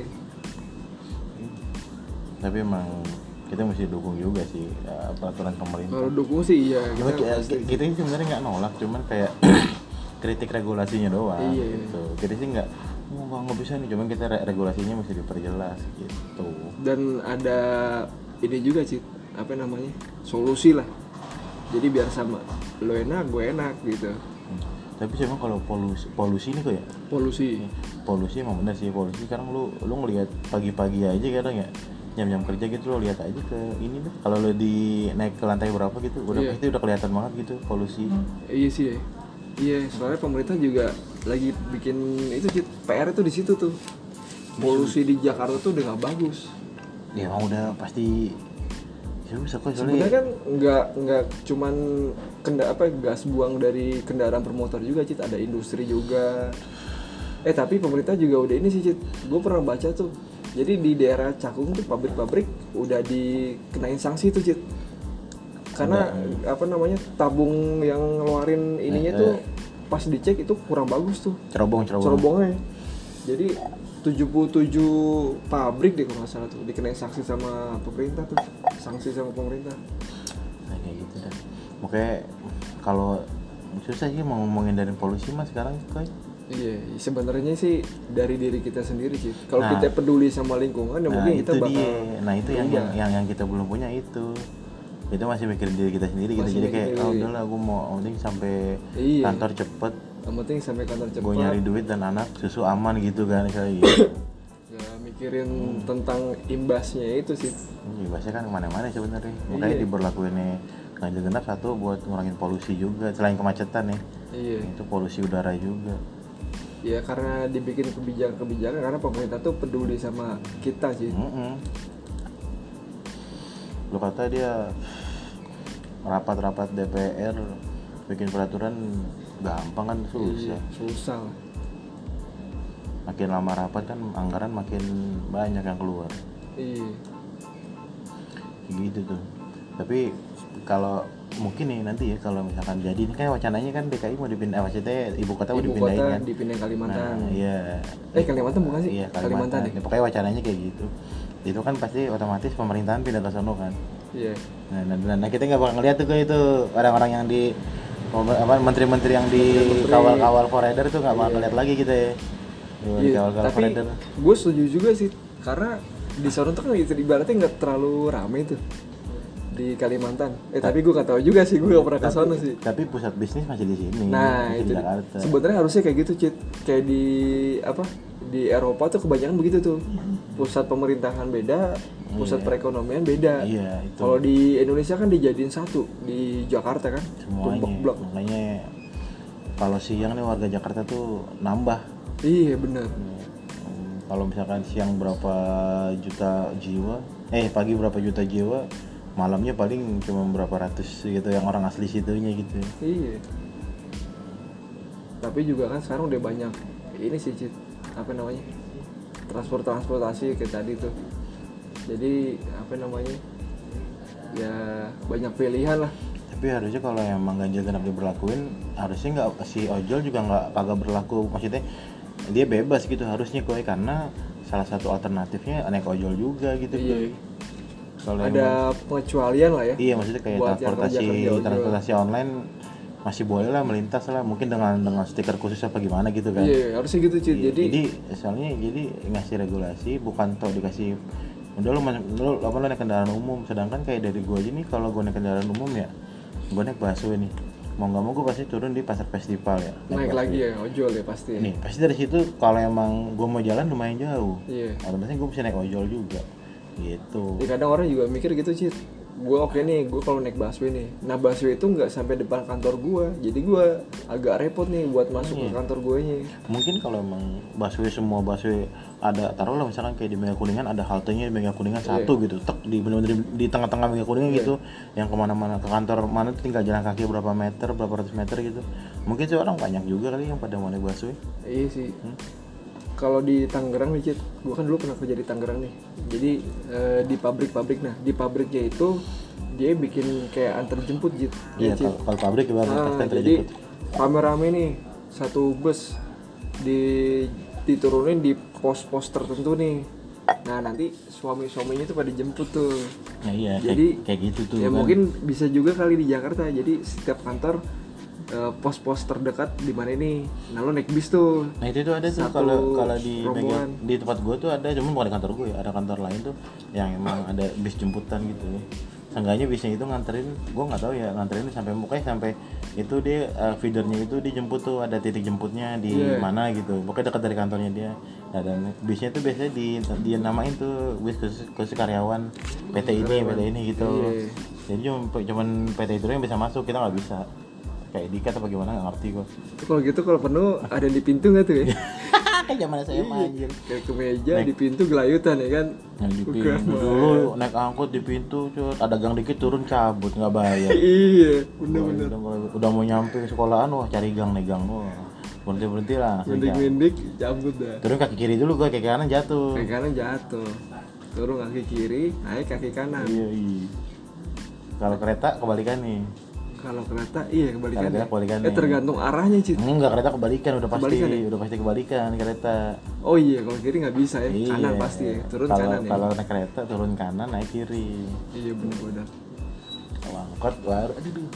Tapi emang kita mesti dukung juga sih ya, peraturan pemerintah. Kalau dukung sih iya. Kita, kita, kita ini sebenarnya nggak nolak, cuman kayak kritik regulasinya doang. Iya. Gitu. Kita sih nggak oh, nggak bisa nih, cuman kita regulasinya mesti diperjelas gitu. Dan ada ini juga sih, apa namanya, solusi lah. Jadi biar sama lo enak, gue enak gitu. Hmm. Tapi sih emang kalau polusi, polusi ini kok ya? Polusi. Polusi emang bener sih, polusi sekarang lu lu ngelihat pagi-pagi aja kadang ya. Jam-jam kerja gitu lo lihat aja ke ini deh. Kalau lo di naik ke lantai berapa gitu, udah iya. pasti udah kelihatan banget gitu polusi. Hmm. Iya sih ya. Iya, soalnya pemerintah juga lagi bikin itu sih P R itu di situ tuh. polusi di Jakarta tuh udah nggak bagus. Ya emang udah pasti susah kok soalnya. Sebenarnya kan nggak nggak cuman kenda apa gas buang dari kendaraan bermotor juga, Cit, ada industri juga. Eh tapi pemerintah juga udah ini sih, Cit. Gue pernah baca tuh. Jadi di daerah Cakung tuh pabrik-pabrik udah dikenain sanksi tuh, Cit. Karena udah, apa namanya tabung yang ngeluarin ininya eh, tuh pas dicek itu kurang bagus tuh. Cerobong cerobong. Cerobongnya. Jadi tujuh puluh tujuh pabrik deh kalau nggak salah tuh dikenain sanksi sama pemerintah tuh, sanksi sama pemerintah. Nah kayak gitu dah. Makanya kalau susah sih mau menghindari polusi mas sekarang kok. Iya, sebenarnya sih dari diri kita sendiri sih. Kalau nah, kita peduli sama lingkungan, ya nah mungkin kita bakal. Dia. Nah itu yang, yang yang yang kita belum punya itu. Kita masih mikirin diri kita sendiri gitu. Jadi kayak oh udahlah gue mau penting sampai iya. kantor cepet. Yang penting sampai kantor cepet. Gue nyari duit dan anak susu aman gitu kan kayak gitu. Ya mikirin hmm. tentang imbasnya itu sih. Hmm, imbasnya kan kemana-mana sebenarnya. Makanya iya. diberlakuinnya ganjil genap satu buat ngurangin polusi juga selain kemacetan ya. Iya. Itu polusi udara juga. Ya karena dibikin kebijakan-kebijakan karena pemerintah tuh peduli sama kita sih. Mm-hmm. Lu kata dia rapat-rapat D P R bikin peraturan gampang kan susah. Iya, susah. Makin lama rapat kan anggaran makin banyak yang keluar. Iya. Gitu tuh. Tapi kalau mungkin nih nanti ya kalau misalkan jadi ini kan wacananya kan D K I mau dipindah, maksudnya ibu kota mau dipindahin kan. Ibu kota dipindah Kalimantan. Nah, iya. Eh Kalimantan bukan sih? Iya Kalimantan. Kalimantan ya. Pokoknya wacananya kayak gitu. Itu kan pasti otomatis pemerintahan pindah ke sono kan. Iya. Nah, nah, nah kita nggak bakal ngeliat tuh kayak itu orang-orang yang di apa menteri-menteri yang di kawal-kawal forader itu nggak bakal ngeliat lagi kita ya. Iya. Tapi gue setuju juga sih karena di sono tuh kan ibaratnya nggak terlalu rame tuh. Di Kalimantan. Eh tapi, tapi gue nggak tahu juga sih, gue nggak pernah ke sana sih. Tapi pusat bisnis masih di sini. Nah masih itu di Jakarta. Sebenarnya harusnya kayak gitu, Cit. Kayak di apa? Di Eropa tuh kebanyakan begitu tuh. Pusat pemerintahan beda, pusat iya. perekonomian beda. Iya. Kalau di Indonesia kan dijadiin satu di Jakarta kan. Semuanya. Blok. Makanya kalau siang nih warga Jakarta tuh nambah. Iya benar. Hmm, kalau misalkan siang berapa juta jiwa, eh pagi berapa juta jiwa. Malamnya paling cuma berapa ratus gitu yang orang asli situnya gitu. Iya. Tapi juga kan sekarang udah banyak ini sih, Cit, apa namanya? Transport transportasi kayak tadi tuh. Jadi apa namanya? Ya banyak pilihan lah. Tapi harusnya kalau emang ganjil genap diberlakuin, harusnya nggak si ojol juga nggak kagak berlaku. Maksudnya dia bebas gitu harusnya kok, karena salah satu alternatifnya naik ojol juga gitu. Iya. Kalo ada emang, pengecualian lah ya. Iya maksudnya kayak transportasi transportasi online masih boleh lah melintas lah, mungkin dengan dengan stiker khusus apa gimana gitu kan. Iya harusnya gitu Cid. Iya, jadi jadi soalnya jadi ngasih regulasi bukan tau dikasih udah lu, lu apa lu naik kendaraan umum, sedangkan kayak dari gua aja nih kalau gua naik kendaraan umum ya gua naik busway nih mau nggak mau gua pasti turun di pasar festival ya naik, naik lagi ya ojol ya pasti nih pasti dari situ kalau emang gua mau jalan lumayan jauh iya otomatis gua bisa naik ojol juga gitu. Ya, kadang orang juga mikir gitu Cid, gue oke okay nih, gue kalau naik busway nih, nah busway itu nggak sampai depan kantor gue, jadi gue agak repot nih buat masuk hmm. ke kantor gue nya. Mungkin kalau emang busway semua busway ada, taruhlah misalkan kayak di Mega Kuningan ada haltenya di Mega Kuningan yeah. satu gitu, tek di bener-bener di, di tengah-tengah Mega Kuningan yeah. gitu, yang kemana-mana ke kantor mana tuh tinggal jalan kaki berapa meter, berapa ratus meter gitu. Mungkin sih orang banyak juga kali yang pada mau naik busway. Iya sih. Hmm? Kalau di Tangerang nih Cid, gue kan dulu pernah kerja di Tangerang nih. Jadi eh, di pabrik-pabrik, nah di pabriknya itu dia bikin kayak antar jemput Cid. Iya, kalau, kalau pabrik gimana? Nah, jadi rame-rame nih satu bus di diturunin di pos-pos tertentu nih. Nah nanti suami-suaminya tuh pada jemput tuh. Nah iya, jadi kayak, kayak gitu tuh. Ya kan. mungkin bisa juga kali di Jakarta. Jadi setiap kantor Uh, pos-pos terdekat di mana ini, nah lo naik bis tuh. Nah itu tuh ada tuh kalau kalau di Mega, di tempat gue tuh ada, cuma bukan di kantor gue ya, ada kantor lain tuh yang emang ada bis jemputan gitu. Seenggaknya bisnya itu nganterin, gue nggak tahu ya nganterin sampai pokoknya sampai itu dia uh, feedernya itu dijemput tuh ada titik jemputnya di yeah. mana gitu, pokoknya dekat dari kantornya dia. Nah dan bisnya tuh biasanya di dia namain tuh bis khusus, khusus karyawan P T ini, P T ini gitu. Yeah. Jadi cuma cuman P T itu yang bisa masuk, kita nggak bisa. Kayak dikat apa gimana nggak ngerti gue. Kalau gitu kalau penuh ada di pintu nggak tuh ya? Zaman S M A anjir. Kayak ke meja Naik. di pintu gelayutan ya kan. Yang di Bukan, pintu Mas. dulu naik angkot di pintu, cut. Ada gang dikit turun cabut nggak bayar. Iya, bener-bener. Udah, udah mau nyampe sekolahan, wah cari gang nih gang, wah berhenti berhenti lah. Mendik-mendik cabut dah. Turun kaki kiri dulu, gua kaki kanan jatuh. Kaki kanan jatuh. Turun kaki kiri, naik kaki kanan. Iya iya. Kalau kereta kebalikan nih. Kalau kereta iya kebalikan. Kereta kebalikan Eh nih. tergantung arahnya, Cit. Enggak, kereta kebalikan udah pasti, Kebalikan ya? udah pasti kebalikan kereta. Oh iya, kalau kiri nggak bisa ya. Iya. Kanan pasti ya. Turun kalau, kanan ya. Kalau naik kereta turun kanan, naik kiri. Iya benar-benar. Kalau angkot baru aduh. aduh.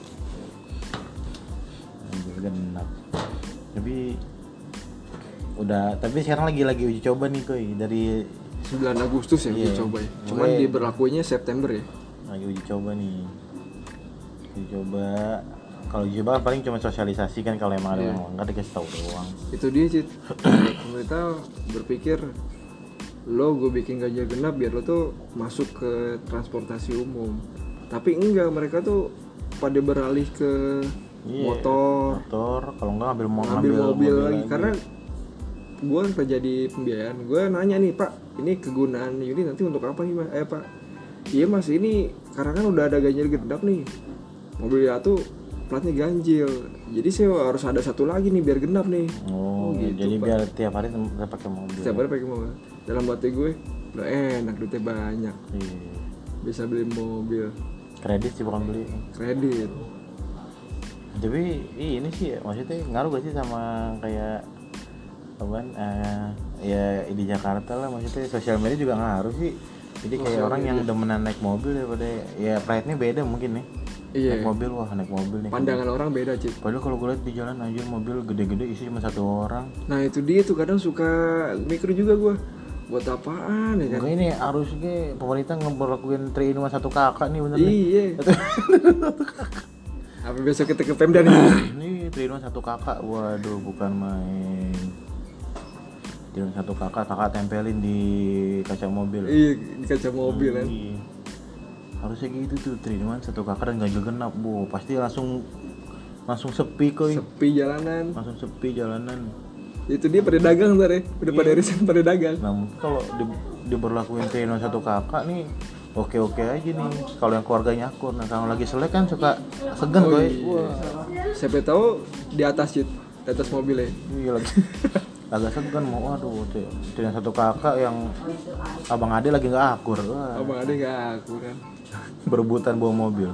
Anjir genap. Tapi udah, tapi sekarang lagi lagi uji coba nih Koy dari sembilan Agustus ya Iya. uji coba ya. Cuman Mulai- diberlakuinnya September ya. lagi uji coba nih. Uji coba kalau uji coba kan paling cuma sosialisasi kan, kalau emang ada Iya. yang enggak dikasih tahu doang. Itu dia, Cit. Pemerintah berpikir lo gue bikin ganjil genap biar lo tuh masuk ke transportasi umum. Tapi enggak, mereka tuh pada beralih ke Iya, motor, motor, kalau enggak ngambil mau ngambil mobil, lagi. Karena gue kerja di pembiayaan, gue nanya nih Pak, ini kegunaan unit nanti untuk apa nih Pak? Eh Pak, iya Mas, ini karena kan udah ada ganjil genap nih, mobil satu platnya ganjil, jadi saya harus ada satu lagi nih biar genap nih. Oh, gitu, jadi Pak. biar tiap hari tetap pakai mobil. Setiap hari pakai mobil. Dalam hati gue, udah enak, duitnya banyak, Iya. bisa beli mobil, Kredit sih bukan beli. kredit. Tapi ini sih maksudnya ngaruh gak sih sama kayak apaan eh, ya di Jakarta lah, maksudnya sosial media juga ngaruh sih. Jadi kayak Sosial orang yang media. demenan naik mobil daripada ya pride-nya beda mungkin nih. Iya. Naik mobil, wah naik mobil nih. Pandangan orang beda, Cip. Padahal kalau gue lihat di jalan anjir mobil gede-gede isi cuma satu orang. Nah itu dia tuh kadang suka mikir juga gue, buat apaan ya kan? Enggak, ini harusnya pemerintah ngeberlakuin tiga in satu kakak nih bener nih. Iya. Apa besok kita ke Pemda nih? Ini tiga in satu kakak, waduh bukan main. tiga in satu kakak, kakak tempelin di kaca mobil. Iya, di kaca mobil kan. Iya. Harusnya gitu tuh, tiga in satu kakak dan ganjil genap, bu. Pasti langsung langsung sepi Koy. Sepi jalanan. Langsung sepi jalanan. Itu dia pada dagang ntar ya. Udah pada resign pada dagang. Nah, mungkin kalau di, diberlakuin tiga in satu kakak nih oke-oke aja nih. Kalau yang keluarganya akur, nah kalau lagi selek kan suka segan Oh, Koy. iya. Wah. Siapa tahu di atas Cit, di atas mobilnya. Iya lagi. Agak segan mau, waduh, tiga in satu kakak yang abang ade lagi nggak akur. Wah. Abang ada gak aku kan. Berebutan bawa mobil.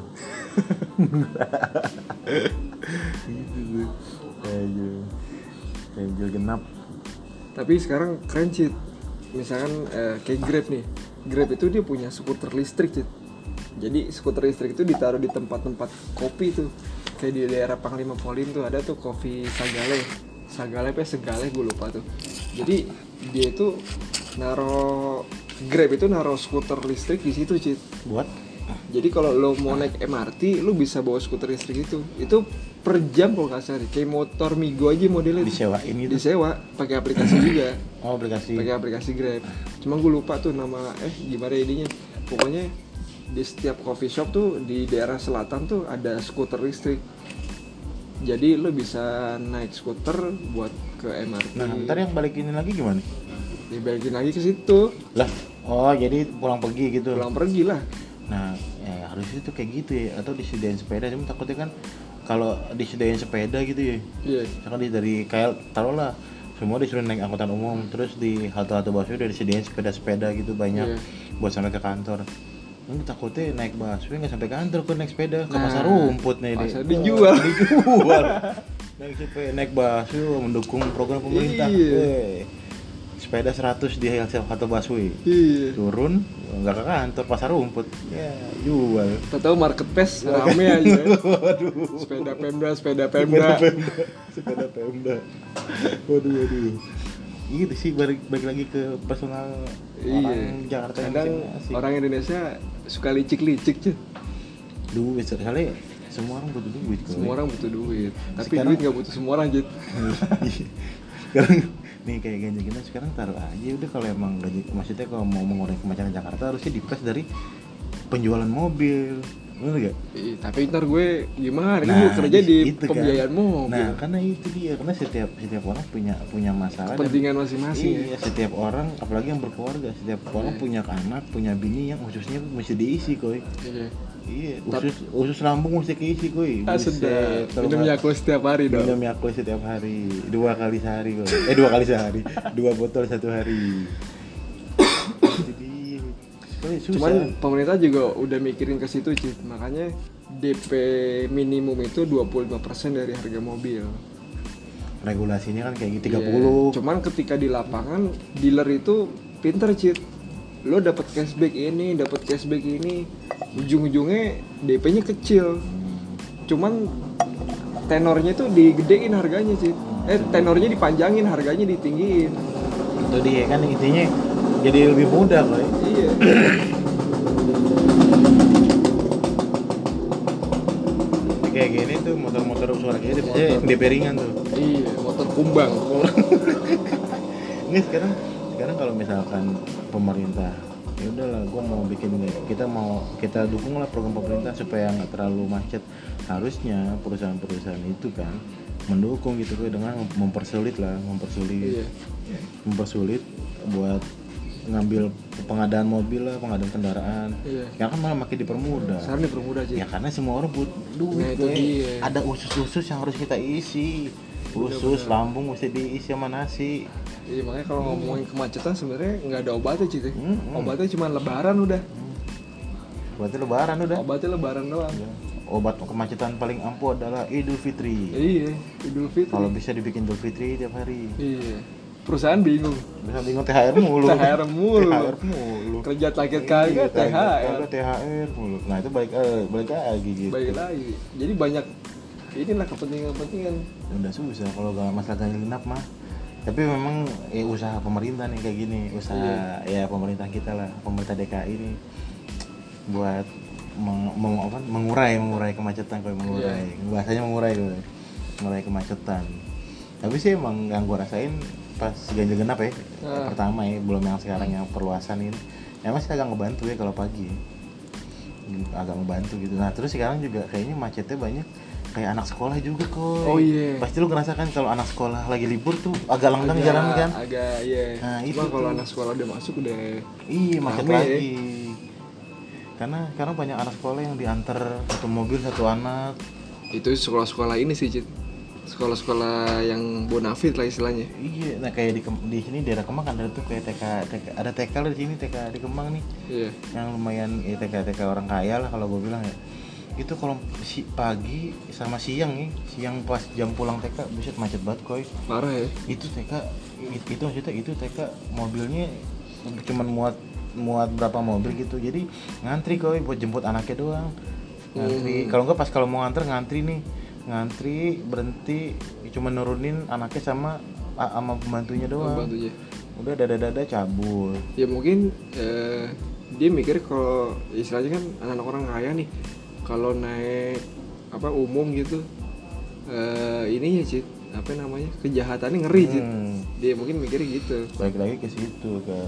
Gitu tuh. Ayo. Ganjil genap. Tapi sekarang keren Cit. Misalkan eh, kayak Grab nih. Grab itu dia punya skuter listrik Cit. Jadi skuter listrik itu ditaruh di tempat-tempat kopi tuh. Kayak di daerah Panglima Polim tuh ada tuh kopi Sagale. Sagale apa ya? Segale gue lupa tuh. Jadi dia itu naro Grab itu naro skuter listrik di situ Cit. Buat Jadi kalau lo mau naik M R T, lo bisa bawa skuter listrik itu. Itu per jam kalau nggak salah, kayak motor Migo aja modelnya. disewain gitu. Disewa, pakai aplikasi juga, Oh, aplikasi. pakai aplikasi Grab. Cuma gue lupa tuh nama, eh gimana ininya. Pokoknya di setiap coffee shop tuh di daerah selatan tuh ada skuter listrik. Jadi lo bisa naik skuter buat ke M R T. Nah, ntar yang balikin lagi gimana? Dibalikin lagi ke situ, Lah, oh jadi pulang pergi gitu. pulang pergi lah. Nah, ya harusnya tuh kayak gitu ya, atau disediain sepeda. Cuma takutnya kan kalau disediain sepeda gitu ya. Iya. Misalkan di dari kayak taruhlah semua disuruh naik angkutan umum, terus di halte-halte busway udah disediain sepeda-sepeda gitu banyak Iya. buat sampai ke kantor. Ini takutnya naik busway nggak sampai kantor, kok naik sepeda ke Nah, pasar rumput nih. pasar Di- dijual. dijual. naik sepeda, naik busway mendukung program pemerintah. Iya. Weh. Sepeda seratus di halte busway. Iya. Turun nggak ke kantor, pasar rumput. Ya, jual. Tahu marketplace rame aja. Sepeda Pemda, sepeda Pemda. Sepeda Pemda. Waduh, waduh. Gitu sih, balik, balik lagi ke personal orang Iya. Jakarta yang Kadang masing-masing. orang Indonesia suka licik-licik cuy. Duit, soalnya semua orang butuh duit kok. Semua orang butuh duit. Tapi Sekarang- duit nggak butuh semua orang cuy. Sekarang nih kayak ganjil genap sekarang taruh aja udah, kalau emang gaji, maksudnya kalau mau mengurangi kemacetan Jakarta harusnya dipres dari penjualan mobil. bener gak? Ih, tapi ntar gue gimana? Kan Nah, gue kerja di itu kan. pembiayaan mobil. Nah, karena itu dia, karena setiap setiap orang punya punya masalah dan- Kepentingan masing-masing. Iya, Ya. setiap orang, apalagi yang berkeluarga, setiap orang Iya. punya anak, punya bini yang ususnya mesti diisi, koy. Iya. Iya, usus usus lambung mesti keisi, koy. Ah, Buset, sedap. kalau Minum nggak- Yakult setiap hari dong. Minum Yakult setiap hari, dua kali sehari, koy. Eh, dua kali sehari, dua botol satu hari. Jadi, koy, susah. Cuman pemerintah juga udah mikirin ke situ, Cid. Makanya D P minimum itu dua puluh lima persen dari harga mobil. Regulasinya kan kayak gitu Iya. tiga puluh. Cuman ketika di lapangan dealer itu pinter, Cid. Lo dapat cashback ini, dapat cashback ini, ujung-ujungnya D P-nya kecil. Cuman tenornya tuh digedein harganya, Cid. Eh, tenornya dipanjangin, harganya ditinggiin. Itu dia kan intinya jadi lebih mudah, koy. Iya. Kayak gini tuh motor-motor suara kayak gitu biasanya D P ringan tuh. Iya, motor kumbang. Ini sekarang sekarang kalau misalkan pemerintah ya udahlah gue mau bikin kita mau kita dukung lah program pemerintah supaya nggak terlalu macet, harusnya perusahaan-perusahaan itu kan mendukung gitu kan dengan mempersulit lah mempersulit Iya. mempersulit buat ngambil pengadaan mobil lah, pengadaan kendaraan. Iya. Ya kan malah makin dipermudah. Sekarang dipermudah, Cid. Ya karena semua orang butuh duit, Nah, itu gue. dia. Ada usus-usus yang harus kita isi. Usus, lambung mesti diisi sama nasi. Iya, makanya kalau ngomongin kemacetan sebenarnya nggak ada obatnya, Cid. Hmm, hmm. Obatnya cuma lebaran udah. Berarti lebaran udah. Obatnya lebaran doang. Obat kemacetan paling ampuh adalah Idul Fitri. Iya, Idul Fitri. Kalau bisa dibikin Idul Fitri tiap hari. Iya. Perusahaan bingung. Bisa bingung T H R mulu. T H R mulu. T H R mulu. Kerja target Iya, kagak T H R. kagak T H R mulu. Nah, itu balik eh, balik lagi gitu. Baik lagi. Jadi banyak inilah kepentingan-kepentingan. Udah susah kalau gak masalah ganjil genap mah. Tapi memang eh, usaha pemerintah nih kayak gini, usaha ya pemerintah kita lah, pemerintah D K I ini buat meng, meng- apa, mengurai mengurai kemacetan, kayak mengurai bahasanya mengurai gue, mengurai kemacetan. Tapi sih emang yang gue rasain pas ganjil genap ya, Ah. pertama ya, belum yang sekarang yang perluasan ini, emang sih agak ngebantu ya kalau pagi, agak ngebantu gitu. Nah terus sekarang juga kayaknya macetnya banyak kayak anak sekolah juga kok. Oh iya. Pasti lu ngerasa kan kalau anak sekolah lagi libur tuh agak langgang Agak- jalan kan? Agak iya. Nah, Cuma itu kalau tuh. anak sekolah udah masuk udah Iya macet Rame, lagi. Karena sekarang banyak anak sekolah yang diantar satu mobil satu anak. itu sekolah-sekolah ini sih, Cid. Sekolah-sekolah yang bonafit lah istilahnya. Iya, nah kayak di Kem- di sini daerah Kemang kan ada tuh kayak T K, T K ada T K lah di sini T K di Kemang nih. Iya. Yang lumayan ya T K T K orang kaya lah kalau gue bilang ya. Itu kalau si pagi sama siang nih, siang pas jam pulang T K buset macet banget koy. Parah ya. Itu T K it- itu maksudnya itu T K mobilnya cuman muat muat berapa mobil gitu. Jadi ngantri koy buat jemput anaknya doang. Ngantri. Hmm. Kalau enggak pas kalau mau nganter ngantri nih. Ngantri berhenti cuma nurunin anaknya sama sama pembantunya doang. Bantunya. Udah dada-dada cabul. Ya mungkin eh, dia mikir kalau istilahnya kan anak-anak orang kaya nih, kalau naik apa umum gitu, eh, ini ya Cid, apa namanya, kejahatannya ngeri Cid. Hmm. Dia mungkin mikirnya gitu. Balik lagi ke situ ke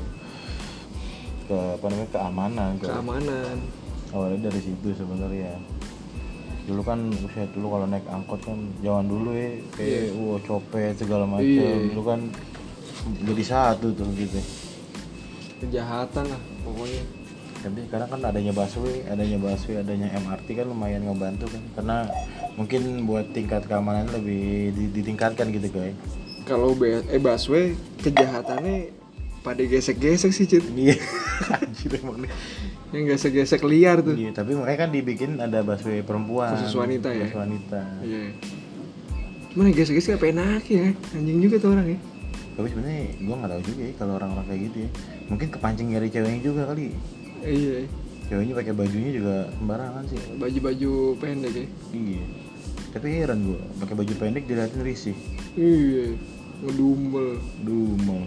ke apa namanya keamanan. Ke, Keamanan. awalnya dari situ sebenarnya. Dulu kan usia dulu kalau naik angkot kan zaman dulu ya kayak wah copet segala macam. Iya. Dulu kan jadi satu tuh gitu. Kejahatan lah pokoknya. Tapi sekarang kan adanya busway, adanya busway, adanya M R T kan lumayan ngebantu kan. Karena mungkin buat tingkat keamanan lebih di- ditingkatkan gitu guys. Kalau be- eh busway kejahatannya pada gesek-gesek sih Cid. Iya. Anjir emang nih. Yang gesek-gesek liar tuh. Iya, tapi makanya kan dibikin ada busway perempuan. Khusus wanita ya? Khusus wanita. Iya. Cuman yang gesek-gesek apa enak ya, anjing juga tuh orang ya. Tapi sebenarnya gua nggak tahu juga ya kalau orang-orang kayak gitu ya. Mungkin kepancing dari ceweknya juga kali. Iya. Ceweknya pakai bajunya juga sembarangan sih. Baju-baju pendek ya. Iya. Tapi heran gua, pakai baju pendek dilihatin risih. Iya. Ngedumel. Dumel.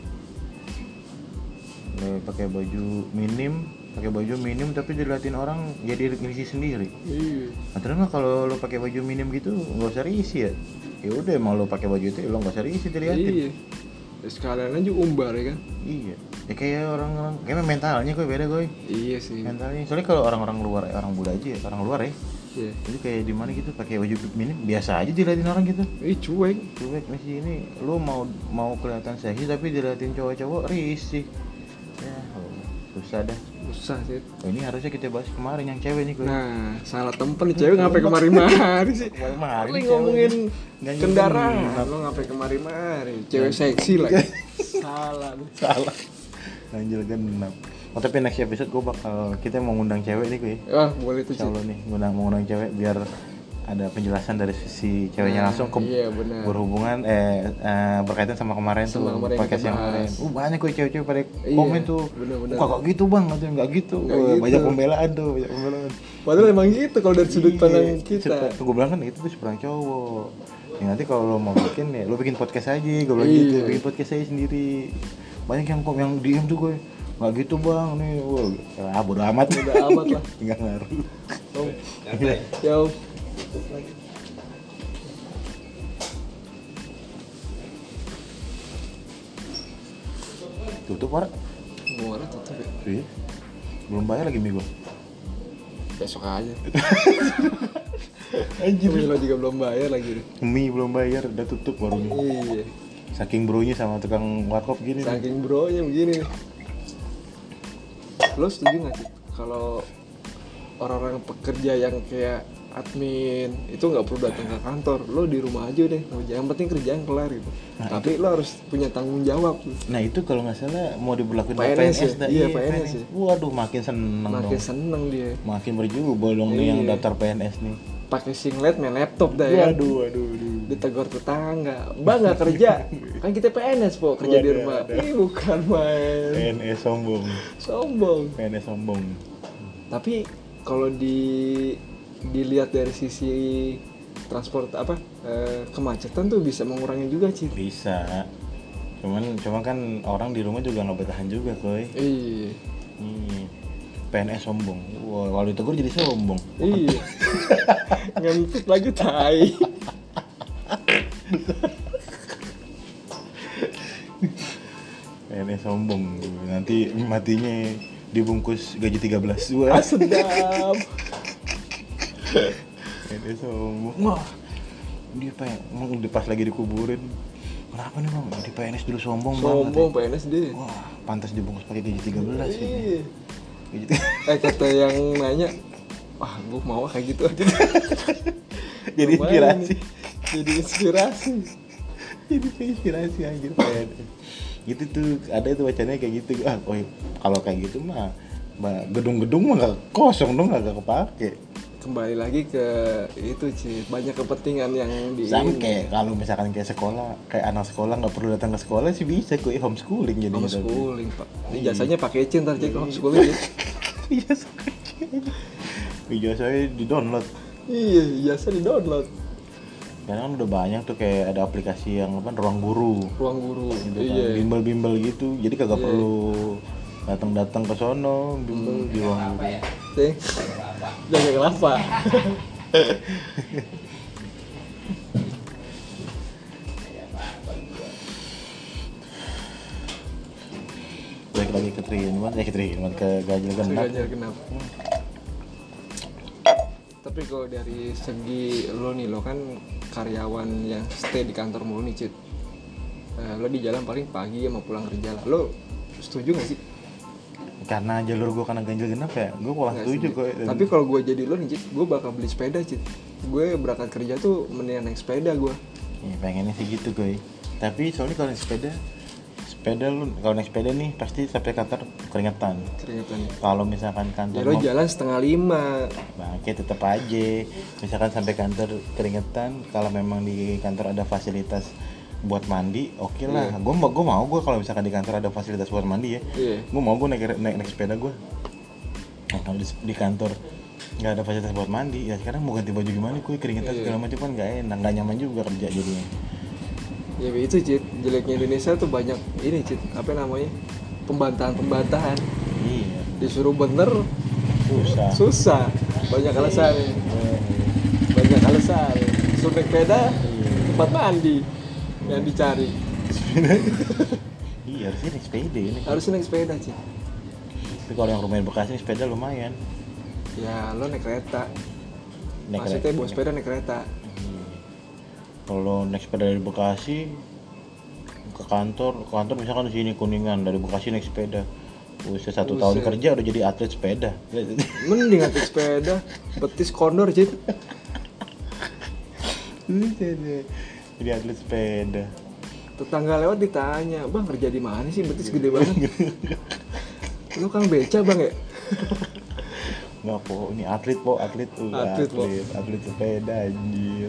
Kayak pakai baju minim, pakai baju minim tapi dilihatin orang jadi risih sendiri. Iya. Nah, terus mah kalau lo pakai baju minim gitu nggak usah risih ya. Ya udah emang lo pakai baju itu lo nggak usah risih dilihatin. Iya. Ya, sekalian aja umbar ya kan. Iya. Ya kayak orang-orang kayaknya mentalnya gue beda gue. Iya sih. Mentalnya. Soalnya kalau orang-orang luar, orang bule aja ya, orang luar ya. Iya. Jadi kayak di mana gitu pakai baju ini biasa aja diliatin orang gitu. Ih cuek. Cuek masih ini lu mau mau kelihatan seksi tapi diliatin cowok-cowok risih. Ya, oh, susah dah. Susah sih. Oh, ini harusnya kita bahas kemarin yang cewek nih gue. Nah, salah tempat nih cewek ngapain kemari-mari sih. Kemari-mari Lu cewek. ngomongin Ganjil kendaraan, genap. lu ngapain kemari-mari. Cewek seksi lagi. Salah lu. Salah. Ganjil genap. Oh, tapi next episode gue bakal kita mau ngundang cewek nih gue. Wah, boleh tuh, Insya Cik. Allah nih ngundang mau ngundang cewek biar ada penjelasan dari sisi ceweknya Nah, langsung ke iya, benar. berhubungan eh, eh berkaitan sama kemarin Sama tuh kemarin yang podcast kita yang kemarin. bahas. Uh banyak kok cewek-cewek pada Iya, komen tuh. benar-benar. Kok gitu bang, atau enggak gitu. Nggak Wah, gitu. banyak pembelaan tuh, banyak pembelaan. Padahal emang gitu kalau dari sudut pandang kita. Tuh gue bilang kan itu tuh seorang cowok. Ya nanti kalau lo mau bikin ya lo bikin podcast aja, gue bilang Iya. gitu, bikin podcast aja sendiri. Banyak yang kom yang D M tuh gue. Nggak gitu bang, nih, wah, ah bodo amat. Bodo amat lah. Nggak ngaruh. Oh. Yo. Tutup Pak. Gimana tutup ya? Iya. Belum bayar lagi mie gua. Besok aja. Anjir. Tapi lo juga belum bayar lagi deh. Mie belum bayar, udah tutup baru nih. Iya. Saking bronya sama tukang warkop gini. nih. Saking bronya begini nih. Lo setuju gak sih kalau orang-orang pekerja yang kayak admin itu nggak perlu datang ke kantor, lo di rumah aja deh, yang penting kerjaan kelar gitu. Nah, Tapi lo harus punya tanggung jawab. Nah itu kalau nggak salah mau diberlakuin P N S ya? dah. Iya, P N S ya. Waduh makin seneng Makin dong. seneng dia. Makin berjubel dong nih Iya. yang daftar P N S nih. Pakai singlet main laptop dah ya. Waduh, waduh, waduh. Ditegur tetangga, bang nggak kerja, kan kita P N S po kerja di Waduh, rumah. waduh. Ih bukan P main, N S sombong. sombong. P N S sombong. Tapi kalau di dilihat dari sisi transport apa eh, kemacetan tuh bisa mengurangi juga sih. Bisa. Cuman cuma kan orang di rumah juga nggak bertahan juga, koy. Iya. Hmm. P N S sombong. Wah, kalau ditegur jadi sombong. Iya. Ngentut lagi tai. P N S sombong. Nanti matinya dibungkus gaji tiga belas. Wah, Ah, sedap. P N S sombong. Wah. Dia pengen emang udah pas lagi dikuburin. Kenapa nih, Bang? Di P N S dulu sombong, Bang. Sombong katanya. P N S dia. Wah, pantas dibungkus pakai gaji tiga belas ini. Iya. Gaji Eh kata yang nanya, wah gua mau kayak gitu aja. Jadi Lumayan inspirasi. nih. Jadi inspirasi. Jadi kayak inspirasi anjir P N S. Gitu tuh, ada tuh wacana kayak gitu. Ah, oh, kalau kayak gitu mah mah gedung-gedung mah nggak kosong dong, nggak kepake. Kembali lagi ke itu sih, banyak kepentingan yang di Sama kayak kalau misalkan kayak sekolah, kayak anak sekolah nggak perlu datang ke sekolah sih bisa kok homeschooling jadi. homeschooling pak. Ini Iya. jasanya pakai izin ntar cek homeschooling. Ya. Iya, ijazahnya di download. Iya, jasa di download. Karena kan udah banyak tuh kayak ada aplikasi yang apa ruang guru. Ruang guru. Gitu kan, Iya. bimbel-bimbel gitu. Jadi kagak Iya. perlu datang-datang ke sono, bimbel di ruang guru. Cek. Jaga kelapa. Balik lagi ke Triinman, eh ke Triinman ke ganjil genap. Ganjil genap. Tapi kalau dari segi lo nih, lo kan karyawan yang stay di kantor mulu nih, Cit. Eh, lo di jalan paling pagi sama pulang kerja lah. Lo setuju gak sih? Karena jalur gua kena ganjil genap ya, gua kurang Nggak setuju kok. Tapi kalau gue jadi lo nih, Cit, gue bakal beli sepeda, Cit. Gue berangkat kerja tuh mendingan naik sepeda gue. Ya, pengennya sih gitu gue. Tapi soalnya kalau naik sepeda, sepeda lu kalau naik sepeda nih pasti sampai kantor keringetan. Keringetan. Kalau misalkan kantor Ya lo mau- jalan setengah lima. Bangke tetap aja. Misalkan sampai kantor keringetan, kalau memang di kantor ada fasilitas buat mandi, oke lah. Iya. Gue mau, gue mau gue kalau misalkan di kantor ada fasilitas buat mandi ya. Iya. Gue mau gue naik, naik naik sepeda gue. Nah, kalau di, di kantor nggak ada fasilitas buat mandi, ya sekarang mau ganti baju gimana? Gue keringetan Iya. segala macam kan nggak enak, nggak nyaman juga kerja jadinya. Ya itu, Cit, jeleknya Indonesia tuh banyak ini, Cit, apa namanya, pembantahan-pembantahan. Iya. Disuruh bener Susah. susah, banyak alasan, banyak alasan. Suruh naik sepeda, Iya. tempat mandi yang dicari, sepeda. Iya harusnya naik sepeda ini. Harusnya naik sepeda sih. Tapi kalau yang rumahnya Bekasi naik sepeda lumayan. Ya lo naik kereta. Naik Maksudnya kereta- bawa sepeda naik kereta. Hmm. Kalau naik sepeda dari Bekasi ke kantor, ke kantor misalkan di sini Kuningan, dari Bekasi naik sepeda. Usia satu Buset. tahun kerja udah jadi atlet sepeda. Mending naik sepeda. Betis kondor Cid. Jadi atlet sepeda. Tetangga lewat ditanya, bang kerja di mana sih betis gede banget? Lu kan beca bang ya? Nggak po, ini atlet po, atlet tuh, Atlet, atlet, Po. atlet sepeda anjir.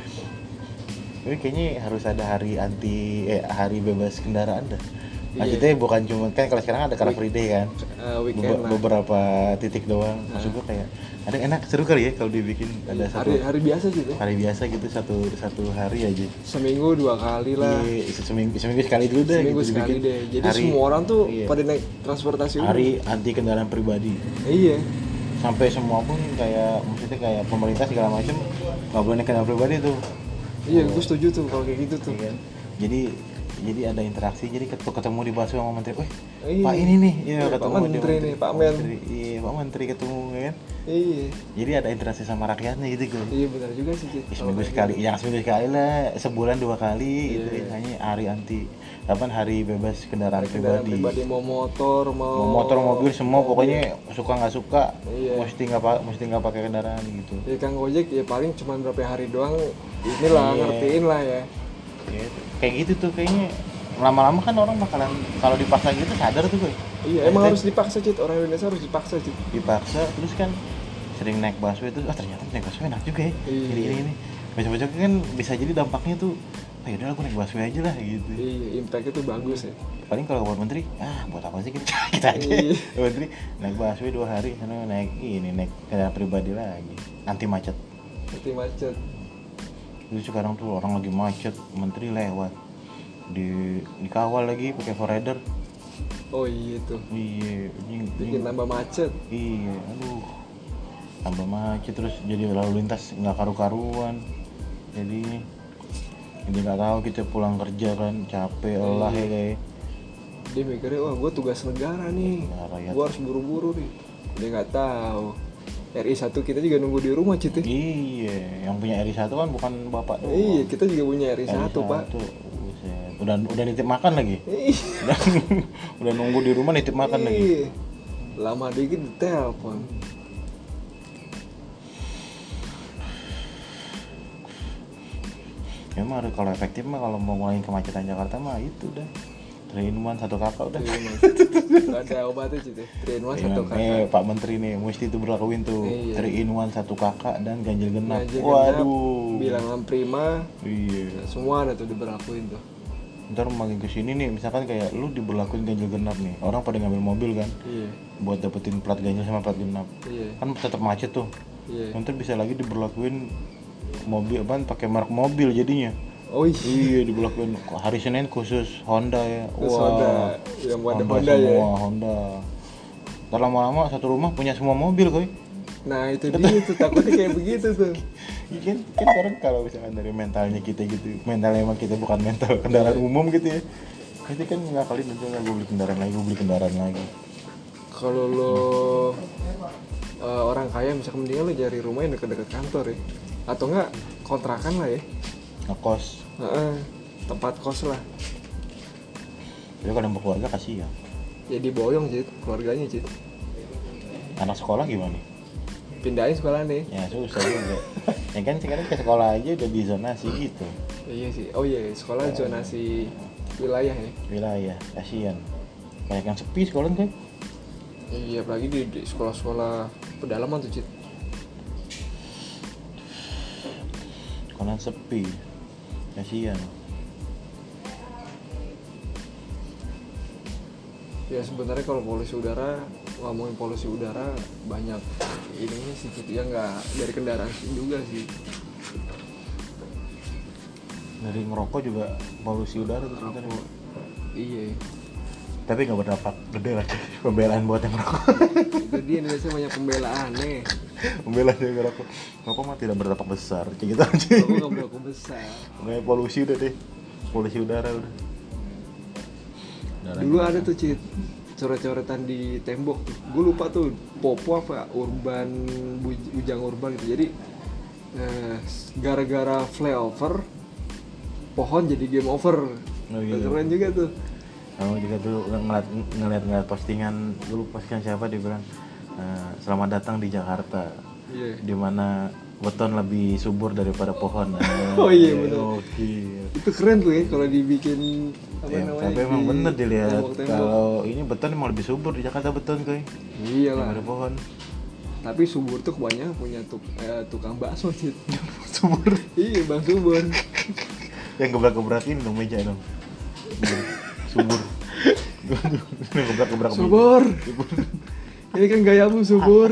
Tapi kayaknya harus ada hari anti, eh hari bebas kendaraan dah. Maksudnya bukan cuma kan kalau sekarang ada Car Free Day kan, Uh, weekend Bebe- lah. beberapa titik doang. Maksud gua kayak ada yang enak seru kali ya kalau dibikin ada Iya, satu hari hari biasa gitu. hari biasa gitu satu satu hari aja. Seminggu dua kali lah. Iya, seminggu seminggu sekali dulu deh. Seminggu gitu sekali dibikin. deh. Jadi Hari- semua orang tuh iya. pada naik transportasi umum. hari anti kendaraan pribadi. Iya. Sampai semua pun kayak maksudnya kayak pemerintah segala macam nggak boleh naik kendaraan pribadi tuh. Iya, gue setuju tuh kalau kayak gitu tuh. Iya kan? Jadi jadi ada interaksi, jadi ketemu, ketemu di busway sama menteri, weh Iya. Pak ini nih, iya Iya, Pak ketemu dia Menteri nih, Pak Men. Menteri. Iya Pak Menteri ketemu kan, Iya. jadi ada interaksi sama rakyatnya gitu gue. Iya benar juga sih Cid. Ya, seminggu sekali, yang seminggu sekali lah, sebulan dua kali gitu Iya. ya, hanya hari anti, apa hari bebas kendaraan, Kendaraan pribadi. pribadi mau motor mau, Mau motor mobil semua pokoknya suka nggak suka, Iya. mesti nggak pa- mesti nggak pakai kendaraan gitu. Ya Kang Gojek ya paling cuma berapa hari doang inilah Iya. ngertiin lah ya. Ya, kayak gitu tuh kayaknya lama-lama kan orang bakalan kalau dipaksa gitu sadar tuh gue. Iya, emang Maksudnya harus dipaksa Cid, orang Indonesia harus dipaksa Cid. dipaksa terus kan sering naik busway terus ah ternyata naik busway enak juga ya. Iya. Ini ini ini. Besok-besok kan bisa jadi dampaknya tuh ah yaudah aku naik busway aja lah gitu. Iya, impact itu bagus ya. Paling kalau buat menteri, ah buat apa sih kita kita aja. Iya. Menteri naik busway dua hari sana naik ini naik kendaraan pribadi lagi. Anti macet. Nanti macet. Terus sekarang tuh orang lagi macet, menteri lewat di dikawal lagi pakai forrider. Oh iya tuh. Iya, ini, Bikin tambah macet. iya, aduh, tambah macet terus jadi lalu lintas nggak karu-karuan. Jadi jadi nggak tahu kita pulang kerja kan capek lelah ya kayak. Dia mikirnya wah gue tugas negara nih. Ya, rakyat. Gue harus buru-buru nih. Dia nggak tahu. R I satu kita juga nunggu di rumah Cid. ya. Iya, yang punya R I satu kan bukan bapak doang. Iya, kita juga punya R I satu Pak. Buset. Udah udah nitip makan lagi. Iya. udah, udah nunggu di rumah nitip makan lagi. Iya. Lama dikit ditelepon. Ya mah kalau efektif mah kalau mau ngurangin kemacetan Jakarta mah itu dah. three in one satu kakak udah. Gak ada obatnya Cid. Three in one satu Iya, kakak. eh Pak Menteri nih mesti itu berlakuin tuh Iya. three in one satu kakak dan ganjil genap. Ganjil Waduh. genap, bilangan prima, Iya. semua ada tuh diberlakuin tuh. Ntar makin kesini nih misalkan kayak lu diberlakuin ganjil genap nih. Orang pada ngambil mobil kan Iya, buat dapetin plat ganjil sama plat genap. iya, Kan tetap macet tuh. iya. Nanti bisa lagi diberlakuin mobil apaan pakai merek mobil jadinya. Oh iya. Iya diberlakuin hari Senin khusus Honda ya. Terus Honda, yang buat Honda, Honda ya. semua Honda. Ntar lama-lama satu rumah punya semua mobil koi. Nah itu dia tuh takutnya kayak begitu tuh. Iya kan, kan orang kalau misalkan dari mentalnya kita gitu, mentalnya emang kita bukan mental kendaraan umum gitu ya. Itu kan ngakalin itu gue beli kendaraan lagi, gue beli kendaraan lagi. Kalau lo uh, orang kaya misalkan mendingan lo cari rumah yang dekat-dekat kantor ya, atau enggak kontrakan lah ya. Ngekos. Heeh, tempat kos lah. Jadi kalau yang berkeluarga kasihan. Ya diboyong Cid, keluarganya Cid. Anak sekolah gimana? Pindahin sekolah nih. Ya susah juga. Ya kan sekarang ke sekolah aja udah dizonasi gitu. Iya sih. Oh iya, sekolah zonasi wilayah ya. Wilayah, kasihan. Banyak yang sepi sekolah kan? Iya, apalagi di, di sekolah-sekolah pedalaman tuh Cid. Sekolah sepi. Kasihan. Ya sebenarnya kalau polusi udara, ngomongin polusi udara banyak ininya sih Cid. Ya nggak dari kendaraan juga sih. Dari ngerokok juga polusi udara tuh sebenarnya. Iya. Tapi nggak berdampak gede lah. Pembelaan buat yang ngerokok. Itu dia Indonesia banyak pembelaan nih. Pembelaan yang ngerokok. Ngerokok mah tidak berdampak besar. Kayak gitu aja. Aku nggak berlaku besar. Kayak polusi udah deh. Polusi udara udah. Dulu ada tuh Cit, coret-coretan di tembok tuh. Gue lupa tuh Popo apa Urban Buj- Ujang Urban gitu. Jadi eh, gara-gara flyover pohon jadi game over. Oh, gitu. Keren juga tuh. Kamu juga dulu ngeliat ngeliat ngeliat postingan dulu postingan siapa dia bilang eh, selamat datang di Jakarta. Iya. Di mana beton lebih subur daripada pohon. Oh iya benar. Oke. Itu keren tuh ya kalau dibikin apa Ya, namanya. tapi emang di bener dilihat tembok-tembok. kalau ini beton emang lebih subur di Jakarta beton coy. Iyalah. Daripada pohon. Tapi subur tuh kebanyakan punya tuk, eh, tukang bakso Cit. Subur. Iya Bang Subur. Yang gebrak-gebrakin dong meja dong. Subur. Yang gebrak-gebrak meja. Subur. Ini kan gayamu Subur.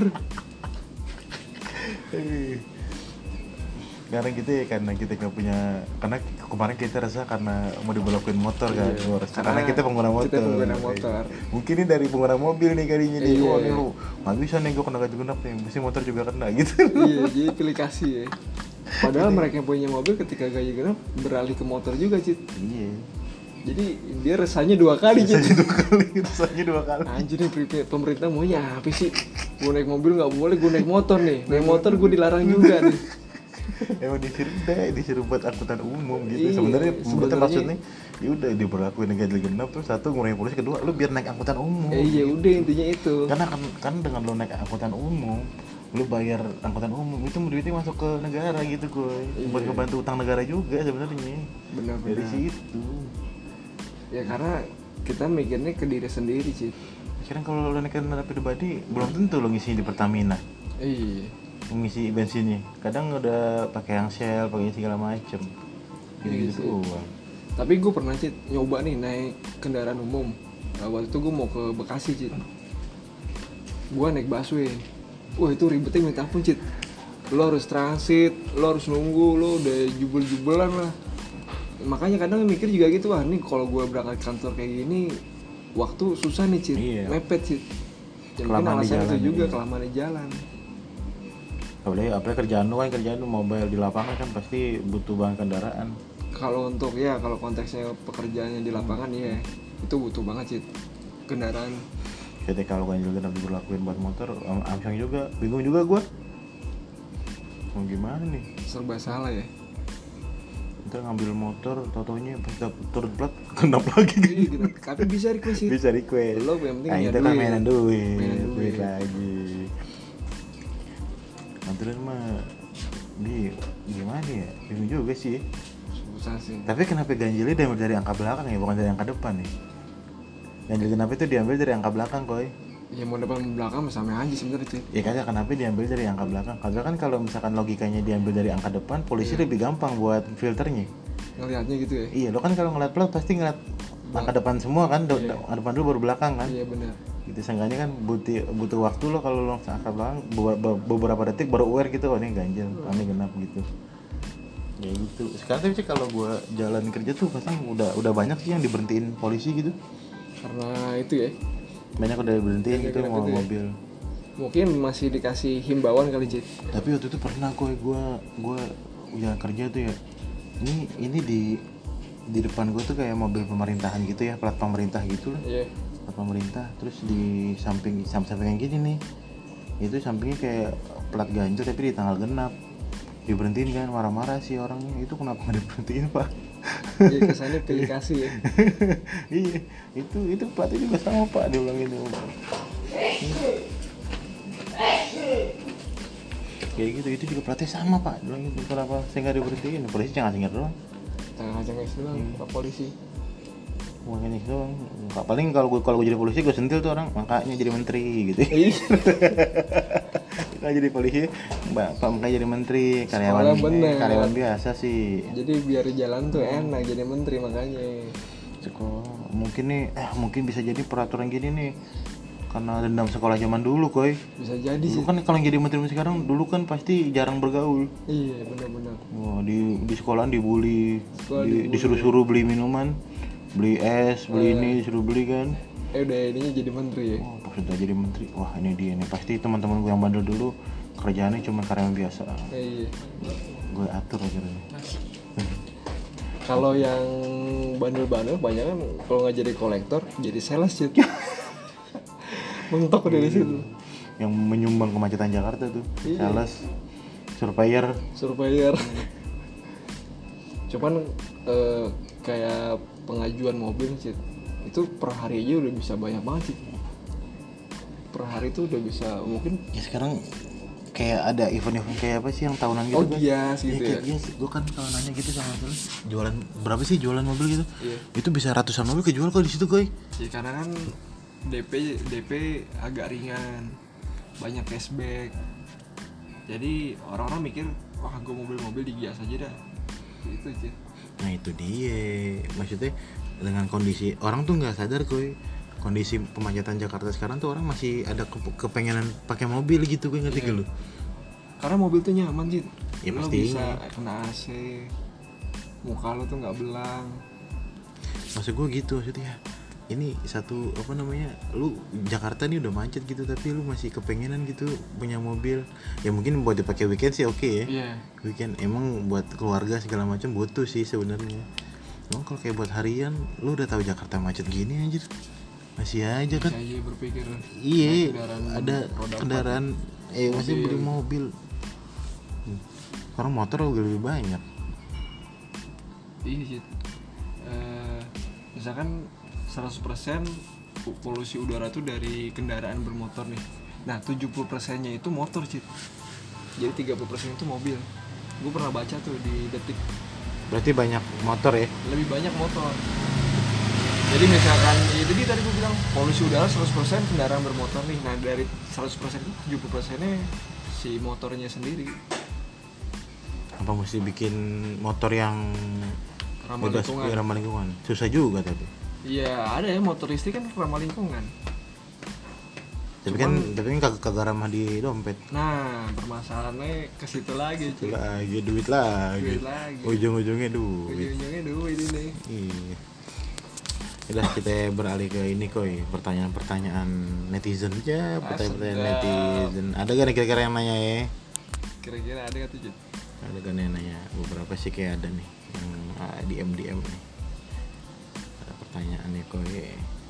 Karena gitu ya, karena kita nggak punya, karena kemarin kita rasa karena mau diblokin motor kan, Iya, gua rasa. karena karena kita pengguna motor. kita pengguna motor. Mungkin ini dari pengguna mobil nih kalinya nih, Iya. wah nih lu nggak bisa nih gua kena ganjil genap nih, mesti motor juga kena gitu. Iya, jadi pilih kasih ya. Padahal mereka yang punya mobil ketika ganjil genap beralih ke motor juga Cit. Iya. Jadi dia resahnya dua kali Cit. Rasanya dua kali, rasanya dua kali. Anjir nih pri- pemerintah mau ya apa sih? Gue naik mobil nggak boleh, gue naik motor nih. Naik motor gue dilarang juga nih. Emang disuruh deh, disuruh buat angkutan umum gitu. Iya, Sebenarnya pemerintah sebenarnya- maksudnya ya udah diberlakuin ganjil genap terus satu ngurangi polisi, kedua lu biar naik angkutan umum. Eh iya udah intinya itu. Karena kan, kan dengan lu naik angkutan umum, lu bayar angkutan umum itu duitnya masuk ke negara gitu gue. Iya. Buat ngebantu utang negara juga sebenarnya. Dari Benar-benar. situ. Ya karena kita mikirnya ke diri sendiri Cit. Sekarang kalau lu naik kendaraan pribadi belum tentu lu ngisi di Pertamina, Iya. ngisi bensinnya. Kadang udah pakai yang Shell, pakai segala macem. Gitu-gitu Iya sih. doang. Tapi gue pernah Cit nyoba nih naik kendaraan umum. Nah, waktu itu gue mau ke Bekasi Cit. Gue naik busway. Wah itu ribetnya minta ampun Cit. Lo harus transit, lo harus nunggu, lo udah jubel-jubelan lah. Makanya kadang mikir juga gitu, wah nih kalau gue berangkat kantor kayak gini waktu susah nih Cit, Iya. mepet Cit. Ya, mungkin Kelamaan di alasan jalan, itu juga iya. kelamaan di jalan. Apalagi, apalagi kerjaan lu kan, kerjaan lu mobile di lapangan kan pasti butuh banget kendaraan. Kalau untuk ya kalau konteksnya pekerjaannya di lapangan ya itu butuh banget Cit kendaraan. Ketika kalau ganjil genap diberlakuin buat motor, am- Amsyong juga, bingung juga gua. Mau gimana nih? Serba salah ya. Ntar ngambil motor, tau-taunya pas dapet turun plat, genap lagi. Iya, gitu. Tapi bisa request Cit. Bisa request. Lo yang penting Nah, punya itu kan duit. mainan duit, Mainan duit duit. lagi. Aturan mah, di gimana ya? Bingung juga sih. Susah sih. Tapi kenapa ganjilnya diambil dari angka belakang ya, bukan dari angka depan nih? Ganjil genap itu diambil dari angka belakang, Koy. Ya mau depan mau belakang sama aja sebenarnya Cit. Ya kagak, kenapa diambil dari angka belakang? Karena kan kalau misalkan logikanya diambil dari angka depan, polisi lebih gampang buat filternya. Ngelihatnya gitu ya. Iya, lo kan kalau ngeliat plat pasti ngeliat angka depan semua kan, de- de- depan dulu baru belakang kan. Iya benar. Gitu, seenggaknya kan butuh butuh waktu lo kalau lo angka belakang be- be- beberapa detik baru aware gitu, oh ini ganjil, oh, ini genap gitu. Ya gitu. Sekarang tapi sih kalau gua jalan kerja tuh pasti udah udah banyak sih yang diberhentiin polisi gitu. Karena itu ya. Banyak udah diberhentiin Ganjil gitu genap mau itu ya. mobil. Mungkin masih dikasih himbauan kali Cit. Tapi waktu itu pernah kok gua gua jalan kerja tuh ya. Ini ini di di depan gua tuh kayak mobil pemerintahan gitu ya, plat pemerintah gitu lah. Iya. Plat pemerintah. Terus di samping samping yang gini nih. Itu sampingnya kayak plat ganjil tapi di tanggal genap. Diberhentiin kan, marah-marah sih orangnya. Itu kenapa nggak diberhentiin, Pak? Iya kesannya pilih kasih ya. Iya, itu itu platnya juga sama, Pak, dia bilang gitu. Kayak gitu, itu juga platnya sama, Pak. Dia bilang gitu, kenapa saya nggak diberhentiin? Polisi jangan cengar doang. Jangan ngajak guys doang Pak polisi. Makanya doang. Nggak, paling kalau gue kalau gue jadi polisi gue sentil tuh orang, makanya jadi menteri gitu. Iya. Kalau jadi polisi, Mbak, Pak makanya jadi menteri, karyawan Sekolah bener. karyawan biasa sih. Jadi biar jalan tuh enak jadi menteri makanya. Sekolah mungkin nih, eh mungkin bisa jadi peraturan gini nih. Karena dendam sekolah zaman dulu, Koy. Bisa jadi Dulu sih. kan kalau yang jadi menteri sekarang dulu kan pasti jarang bergaul. Iya benar-benar. Wah, di di sekolahan dibully, Sekolah di, dibully. disuruh-suruh beli minuman, beli es, beli ini, disuruh beli kan. Eh udah ininya jadi menteri ya. Oh, pas udah jadi menteri, wah ini dia nih. Pasti teman-teman gue yang bandel dulu kerjaannya cuma karyawan biasa. Eh, iya. Gue atur akhirnya. Kalau yang bandel-bandel banyak kan kalau nggak jadi kolektor jadi sales Cid. Mentok dari situ. Yang menyumbang kemacetan Jakarta tuh. Iya. Sales, surveyor. Surveyor. Cuman eh, kayak pengajuan mobil Cid, itu per hari aja udah bisa banyak banget Cid. Per hari itu udah bisa mungkin. Ya sekarang kayak ada event-event kayak apa sih yang tahunan gitu Oh kan? Gias gitu ya, ya. Gias, gue kan tahunannya gitu sama terus jualan berapa sih jualan mobil gitu? Iya. Itu bisa ratusan mobil kejual kok di situ, Koy. Ya karena kan D P D P agak ringan, banyak cashback. Jadi orang-orang mikir, wah gue mobil-mobil di Gias aja dah. Itu Cid. Nah itu dia, maksudnya dengan kondisi orang tuh nggak sadar, Koy. Kondisi pemacetan Jakarta sekarang tuh orang masih ada ke- kepengenan pakai mobil gitu, gue ngerti Iya. gak lu? Karena mobil tuh nyaman Cid. Ya, Lo pastinya. bisa kena A C, muka lo tuh nggak belang. Maksud gue gitu, maksudnya ini satu apa namanya, lu Jakarta nih udah macet gitu tapi lu masih kepengenan gitu punya mobil. Ya mungkin buat dipakai weekend sih oke ya. Iya. Weekend emang buat keluarga segala macam butuh sih sebenarnya. Emang kalau kayak buat harian, lu udah tahu Jakarta macet gini anjir. Masih aja kan. Masih aja berpikir. Iya, naik kendaraan ada roda kendaraan eh masih Mobil. beli mobil. Hmm. Sekarang motor udah lebih banyak. Iya Cid. Eh, misalkan seratus persen polusi udara tuh dari kendaraan bermotor nih. Nah, tujuh puluh persen-nya itu motor, Cid. Jadi tiga puluh persen itu mobil. Gue pernah baca tuh di Detik. Berarti banyak motor ya? Lebih banyak motor. Jadi misalkan itu dia tadi gue bilang polusi udara seratus persen kendaraan bermotor nih. Nah, dari seratus persen itu tujuh puluh persen-nya si motornya sendiri. Apa mesti bikin motor yang Ramah bebas lingkungan. ya, ramah lingkungan? Susah juga tapi. Iya, ada ya motor listrik kan ramah lingkungan. Tapi Cuman- kan tapi kan kagak kagak ramah di dompet. Nah, permasalahannya ke situ lagi, Cid. Lagi duit lagi. Duit lagi. Ujung-ujungnya duit. Ujung-ujungnya duit ini. Iya. Udah kita beralih ke ini Koy, pertanyaan-pertanyaan netizen aja, pertanyaan-pertanyaan sedap. netizen. Ada gak nih kira-kira yang nanya ya? Kira-kira ada nggak tuh, Cid? Ada kan yang nanya, beberapa sih kayak ada nih yang ah, D M D M nih. Ada pertanyaannya Koy.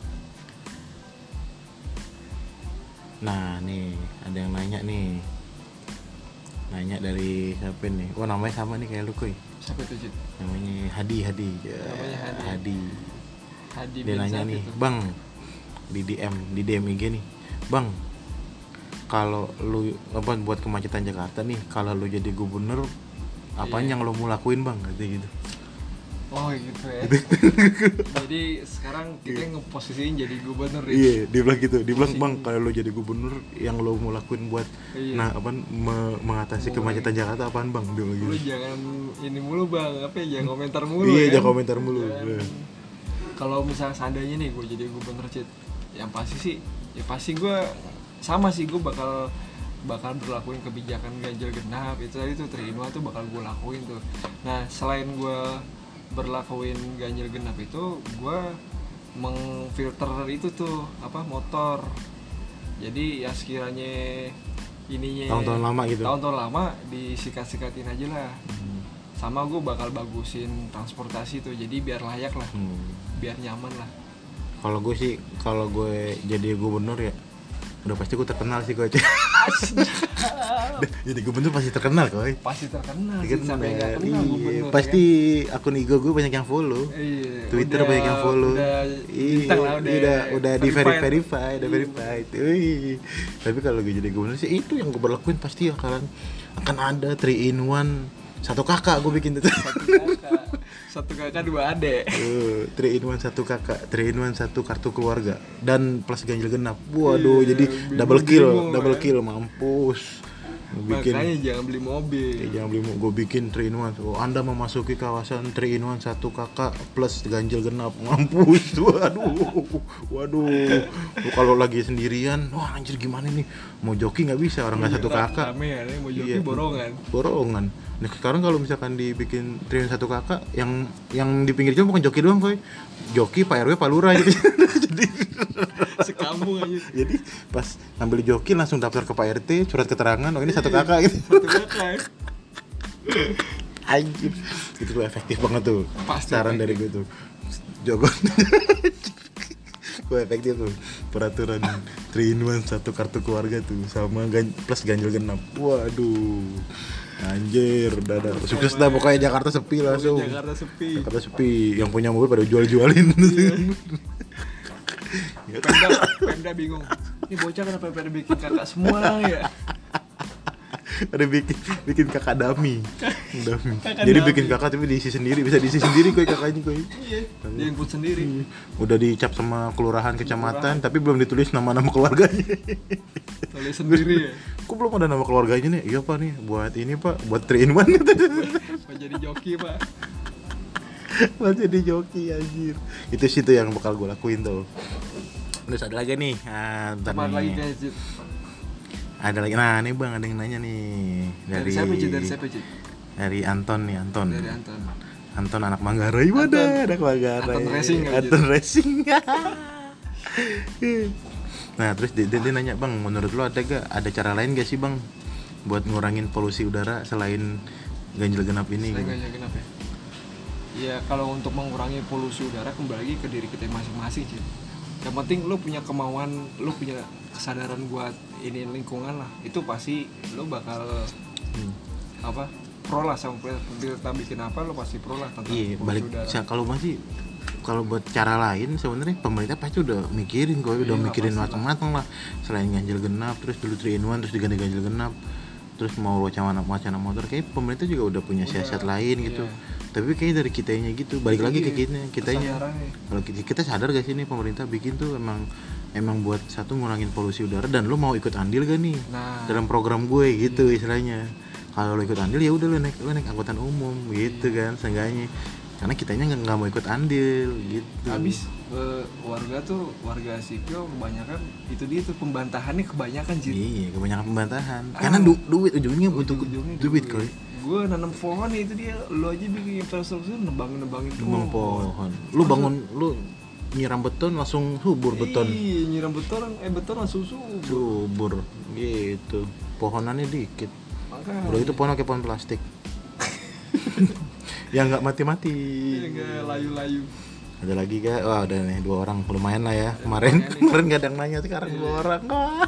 Nah nih ada yang nanya nih, nanya dari siapa nih? Oh namanya sama nih kayak lu Koy. Siapa tuh, Cid? Namanya Hadi Hadi. Ya, Namanya Hadi. Hadi. Hadi Dia bin nanya Zat nih, itu. Bang, di D M di D M I G nih, Bang, kalau lu apa buat kemacetan Jakarta nih, kalau lu jadi gubernur, apa Iya. yang lu mau lakuin Bang? Gitu gitu. Oh gitu ya. Jadi sekarang kita ngeposisiin jadi gubernur ya. Iya, dia bilang gitu. Dia bilang, Posisi. Bang, kalau lu jadi gubernur, yang lu mau lakuin buat Iya. nah apa me- mengatasi Mau kemacetan Jakarta apaan Bang? Dia bilang Lu gitu. jangan ini mulu bang, apa ya, jangan komentar mulu Iya, ya. jangan komentar mulu. Jangan- Iya. Kalau misalnya seandainya nih gue jadi gubernur, Cid, yang pasti sih, ya pasti gue sama sih, gue bakal bakal berlakuin kebijakan ganjil genap itu tadi tuh three in one tuh bakal gue lakuin tuh. Nah selain gue berlakuin ganjil genap itu, gue mengfilter itu tuh apa motor. Jadi ya sekiranya ininya Tahun-tahun lama gitu. tahun-tahun lama disikat-sikatin aja lah. Hmm. Sama gue bakal bagusin transportasi tuh, jadi biar layak lah, Hmm. biar nyaman lah. Kalau gue sih, kalau gue jadi gubernur ya, udah pasti gue terkenal sih gue. Jadi gubernur pasti terkenal Koy. Pasti terkenal sih, Terkenal. sampai nggak kenal Iya, gubernur pasti ya akun I G gue banyak yang follow. kan? Iya, Twitter udah- banyak yang follow. udah Iya, bintang lah, udah udah udah di verified. verify, udah Iya. verified. Wih. Tapi kalau gue jadi gubernur sih itu yang gue berlakuin pasti akan akan ada three in one. Satu kakak gue bikin itu. Satu kakak, satu kakak dua adek. Uh, three in one satu kakak, three in one satu kartu keluarga dan plus ganjil genap. Waduh, Iya, jadi bingung- double kill, bingung, double kan? kill mampus. Gua bikin Makanya jangan beli mobil. ya, jangan beli gue bikin three in one. Oh, Anda memasuki kawasan three in one satu kakak plus ganjil genap. Mampus. Waduh. Waduh. Lu kalau lagi sendirian, wah anjir gimana nih? Mau joki nggak bisa orang nggak satu Ra- kakak. Rame ya, nih, mau joki Iya. borongan. Borongan. Nah sekarang kalau misalkan dibikin three in one satu kakak, yang yang di pinggir jalan bukan joki doang Koy. Joki, Pak R W, Pak Lurah gitu. Jadi Sekampung aja. jadi pas ngambil joki langsung daftar ke Pak R T, surat keterangan, oh ini satu kakak gitu. Satu kakak. Anjir. Itu tuh efektif banget tuh. Pasti Saran efektif. dari gue tuh. Jogon. Gue efektif tuh peraturan three in one satu kartu keluarga tuh sama gan- plus ganjil genap. Waduh. Anjir, udah ada. Sukses dah pokoknya Jakarta sepi langsung. Jakarta sepi. Jakarta sepi. Yang punya mobil pada jual-jualin. Iya. Pemda, Pemda bingung. Ini bocah kenapa pada bikin kakak semua ya? Ada bikin bikin kakak dami. Dami. Kakak Jadi dami. bikin kakak tapi diisi sendiri, bisa diisi sendiri koi kakaknya koi. Iya. Dia input sendiri. Udah dicap sama kelurahan kecamatan tapi belum ditulis nama-nama keluarganya. Tulis sendiri ya. Kok belum ada nama keluarganya nih? Iya Pak nih, buat ini Pak, buat three in one. Mau jadi joki Pak. Buat jadi joki anjir. Itu sih tuh yang bakal gue lakuin tuh. Terus ada lagi nih, ah, ntar Teman nih. lagi kayak Cid. Ada lagi, nah nih bang, ada yang nanya nih Dari siapa Cid? Dari siapa Cid? Dari Anton nih, Anton. Dari Anton. Anton anak Manggarai, wadah, anak Manggarai. Anton Racing kali Anton Racing. Nah terus dia, dia, dia nanya bang, menurut lo ada gak, ada cara lain gak sih bang buat ngurangin polusi udara selain ganjil genap ini? Selain gitu? ganjil genap ya. Ya kalau untuk mengurangi polusi udara kembali lagi ke diri kita masing-masing Cid. Yang penting lo punya kemauan, lo punya kesadaran buat ini lingkungan lah. Itu pasti lo bakal Hmm. apa? Pro lah sama kita bikin apa lo pasti pro lah tentang Iya, polusi balik udara. sa- kalau masih kalau buat cara lain sebenarnya pemerintah pasti udah mikirin kok, udah Iya, mikirin pasti lah. matang-matang lah. Selain ganjil genap, terus dulu three in one, terus diganti ganjil genap, terus mau wacana wacana motor, kayak pemerintah juga udah punya Udah, siasat lain gitu. iya. Tapi kayak dari kitanya gitu, balik lagi ke Iya, kita, kitanya. kesadarannya. Kalau kita, kita sadar gak sih nih pemerintah bikin tuh emang emang buat satu ngurangin polusi udara, dan lu mau ikut andil gak nih Nah, dalam program gue gitu istilahnya. Kalau lo ikut andil ya udah lo naik lo naik angkutan umum gitu kan seenggaknya, karena kitanya nggak nggak mau ikut andil gitu. habis eh, warga tuh warga sipil kebanyakan itu dia tuh pembantahannya kebanyakan Cid. Iya, kebanyakan pembantahan Ah. karena du- duit ujungnya butuh Ujung-ujungnya duit koi. Gue nanam pohon itu dia, lo aja bikin infrastruktur nebang-nebangin Ngomong pohon, lu bangun lu nyiram beton langsung subur beton, Iya, nyiram beton, eh beton langsung subur. subur gitu, pohonannya dikit. Makanya Udah itu pohon pakai pohon plastik yang nggak mati-mati. iya, nggak layu-layu. Ada lagi gak? Wah udah nih dua orang, lumayan lah ya. Kemarin lumayan nih. kemarin gak ada yang nanya, sekarang dua Iya. orang. Wah.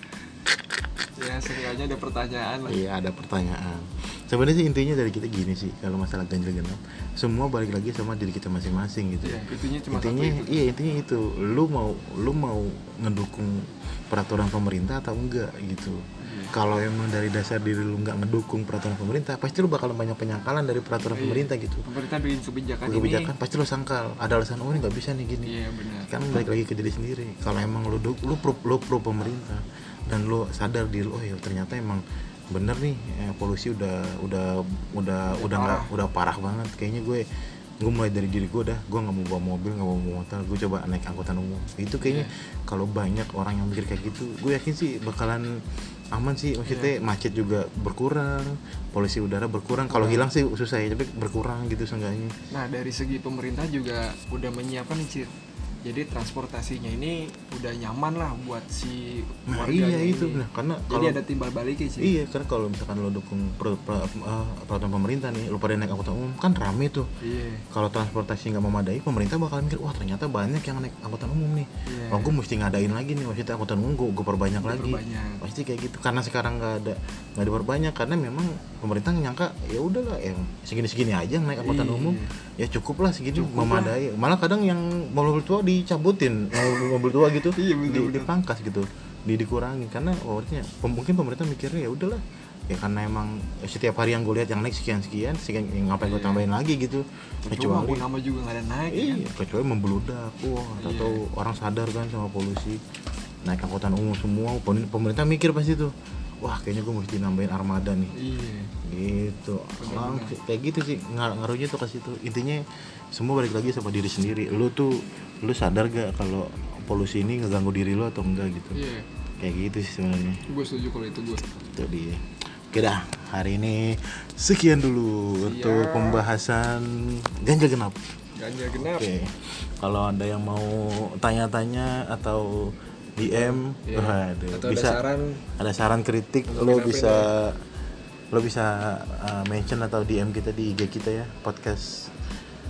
Ya seenggaknya ada pertanyaan lah. Iya ada pertanyaan. Sebenarnya sih intinya dari kita gini sih, kalau masalah ganjil genap, semua balik lagi sama diri kita masing-masing gitu. Iya, intinya cuma Intinya satu itu. iya intinya itu, lu mau lu mau ngedukung peraturan pemerintah atau enggak gitu. Iya. Kalau emang dari dasar diri lu nggak ngedukung peraturan pemerintah, pasti lu bakal banyak penyangkalan dari peraturan Iya. pemerintah gitu. Pemerintah bikin kebijakan, Kebijakan pasti lu sangkal, ada alasan oh ini nggak bisa nih ini. gini. Iya benar. Kan balik lagi ke diri sendiri. Kalau emang lu du- lu pro, lu pro pemerintah dan lu sadar diri lu, oh ya ternyata emang bener nih eh, polusi udah udah udah udah nggak parah. udah parah banget. Kayaknya gue gue mulai dari diri gue dah, gue nggak mau bawa mobil, nggak mau bawa motor, gue coba naik angkutan umum. Itu kayaknya kalau banyak orang yang mikir kayak gitu, gue yakin sih bakalan aman sih. Maksudnya macet juga berkurang, polusi udara berkurang. Kalau hilang sih susah ya, tapi berkurang gitu seenggaknya. Nah dari segi pemerintah juga udah menyiapkan nih Cid. Jadi transportasinya ini udah nyaman lah buat si Nah warganya iya ini. itu, nah karena Jadi kalau ada timbal baliknya sih. iya, karena kalau misalkan lo dukung per, per, uh, peraturan pemerintah nih, lo pada naik angkutan umum kan rame tuh. Iya. Kalau transportasi nggak memadai, pemerintah bakal mikir, wah ternyata banyak yang naik angkutan umum nih. Iya. Wah gue mesti ngadain lagi nih, maksudnya angkutan umum gue, gue perbanyak lagi. Perbanyak. Pasti kayak gitu. Karena sekarang nggak ada nggak diperbanyak, karena memang pemerintah nyangka ya udahlah yang segini-segini aja yang naik angkutan Iya. umum, ya cukup lah segini Cukup memadai. Malah kadang yang mobil tua dicabutin, mobil, mobil tua gitu, Iya, bener, di, bener. dipangkas gitu, di dikurangi karena maksudnya pem- mungkin pemerintah mikirnya ya udahlah ya karena emang setiap hari yang gue lihat yang naik sekian sekian sekian ya ngapain gue Iya. tambahin lagi gitu. Cuma Kecuali nama juga nggak ada naik ya kan. iya, kecuali membeludak, wah Iya. atau orang sadar kan sama polusi, naik angkutan umum semua, pem- pemerintah mikir pasti tuh, wah kayaknya gue mesti nambahin armada nih, Iya. gitu. Benar-benar. Lang- kayak gitu sih ngar- ngaruhnya tuh ke situ. Intinya semua balik lagi sama diri sendiri. Lu tuh lu sadar gak kalau polusi ini ngeganggu diri lu atau enggak gitu. Iya. Kayak gitu sih sebenarnya. Gue setuju kalau itu gue. Itu dia. Oke dah, hari ini sekian dulu Iya. untuk pembahasan ganjil genap. Ganjil genap. Oke. Kalau ada yang mau tanya-tanya atau D M, Iya. waduh, Atau ada bisa saran ada saran kritik, Untuk lo kita bisa lo bisa uh, mention atau D M kita di I G kita ya, podcast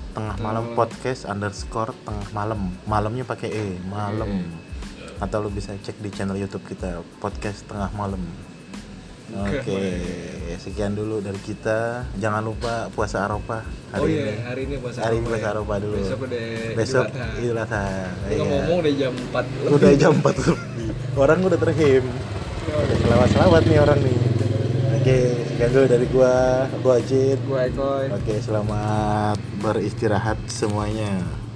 tengah malam podcast underscore tengah malam. Malamnya pakai e, malam. Atau lu bisa cek di channel YouTube kita podcast tengah malam. Oke, okay. Sekian dulu dari kita. Jangan lupa puasa Arafah hari oh iya, ini. hari ini puasa hari ini Arafah. puasa Arafah dulu. Besok udah Besok Idul Adha. Iya. Ngomong udah jam empat. Udah jam empat lebih. Orang udah terhim. Udah selawat-selawat nih orang nih. Oke, sekian dulu dari gua, gua Ajit. Gua Ekoy. Oke, selamat beristirahat semuanya.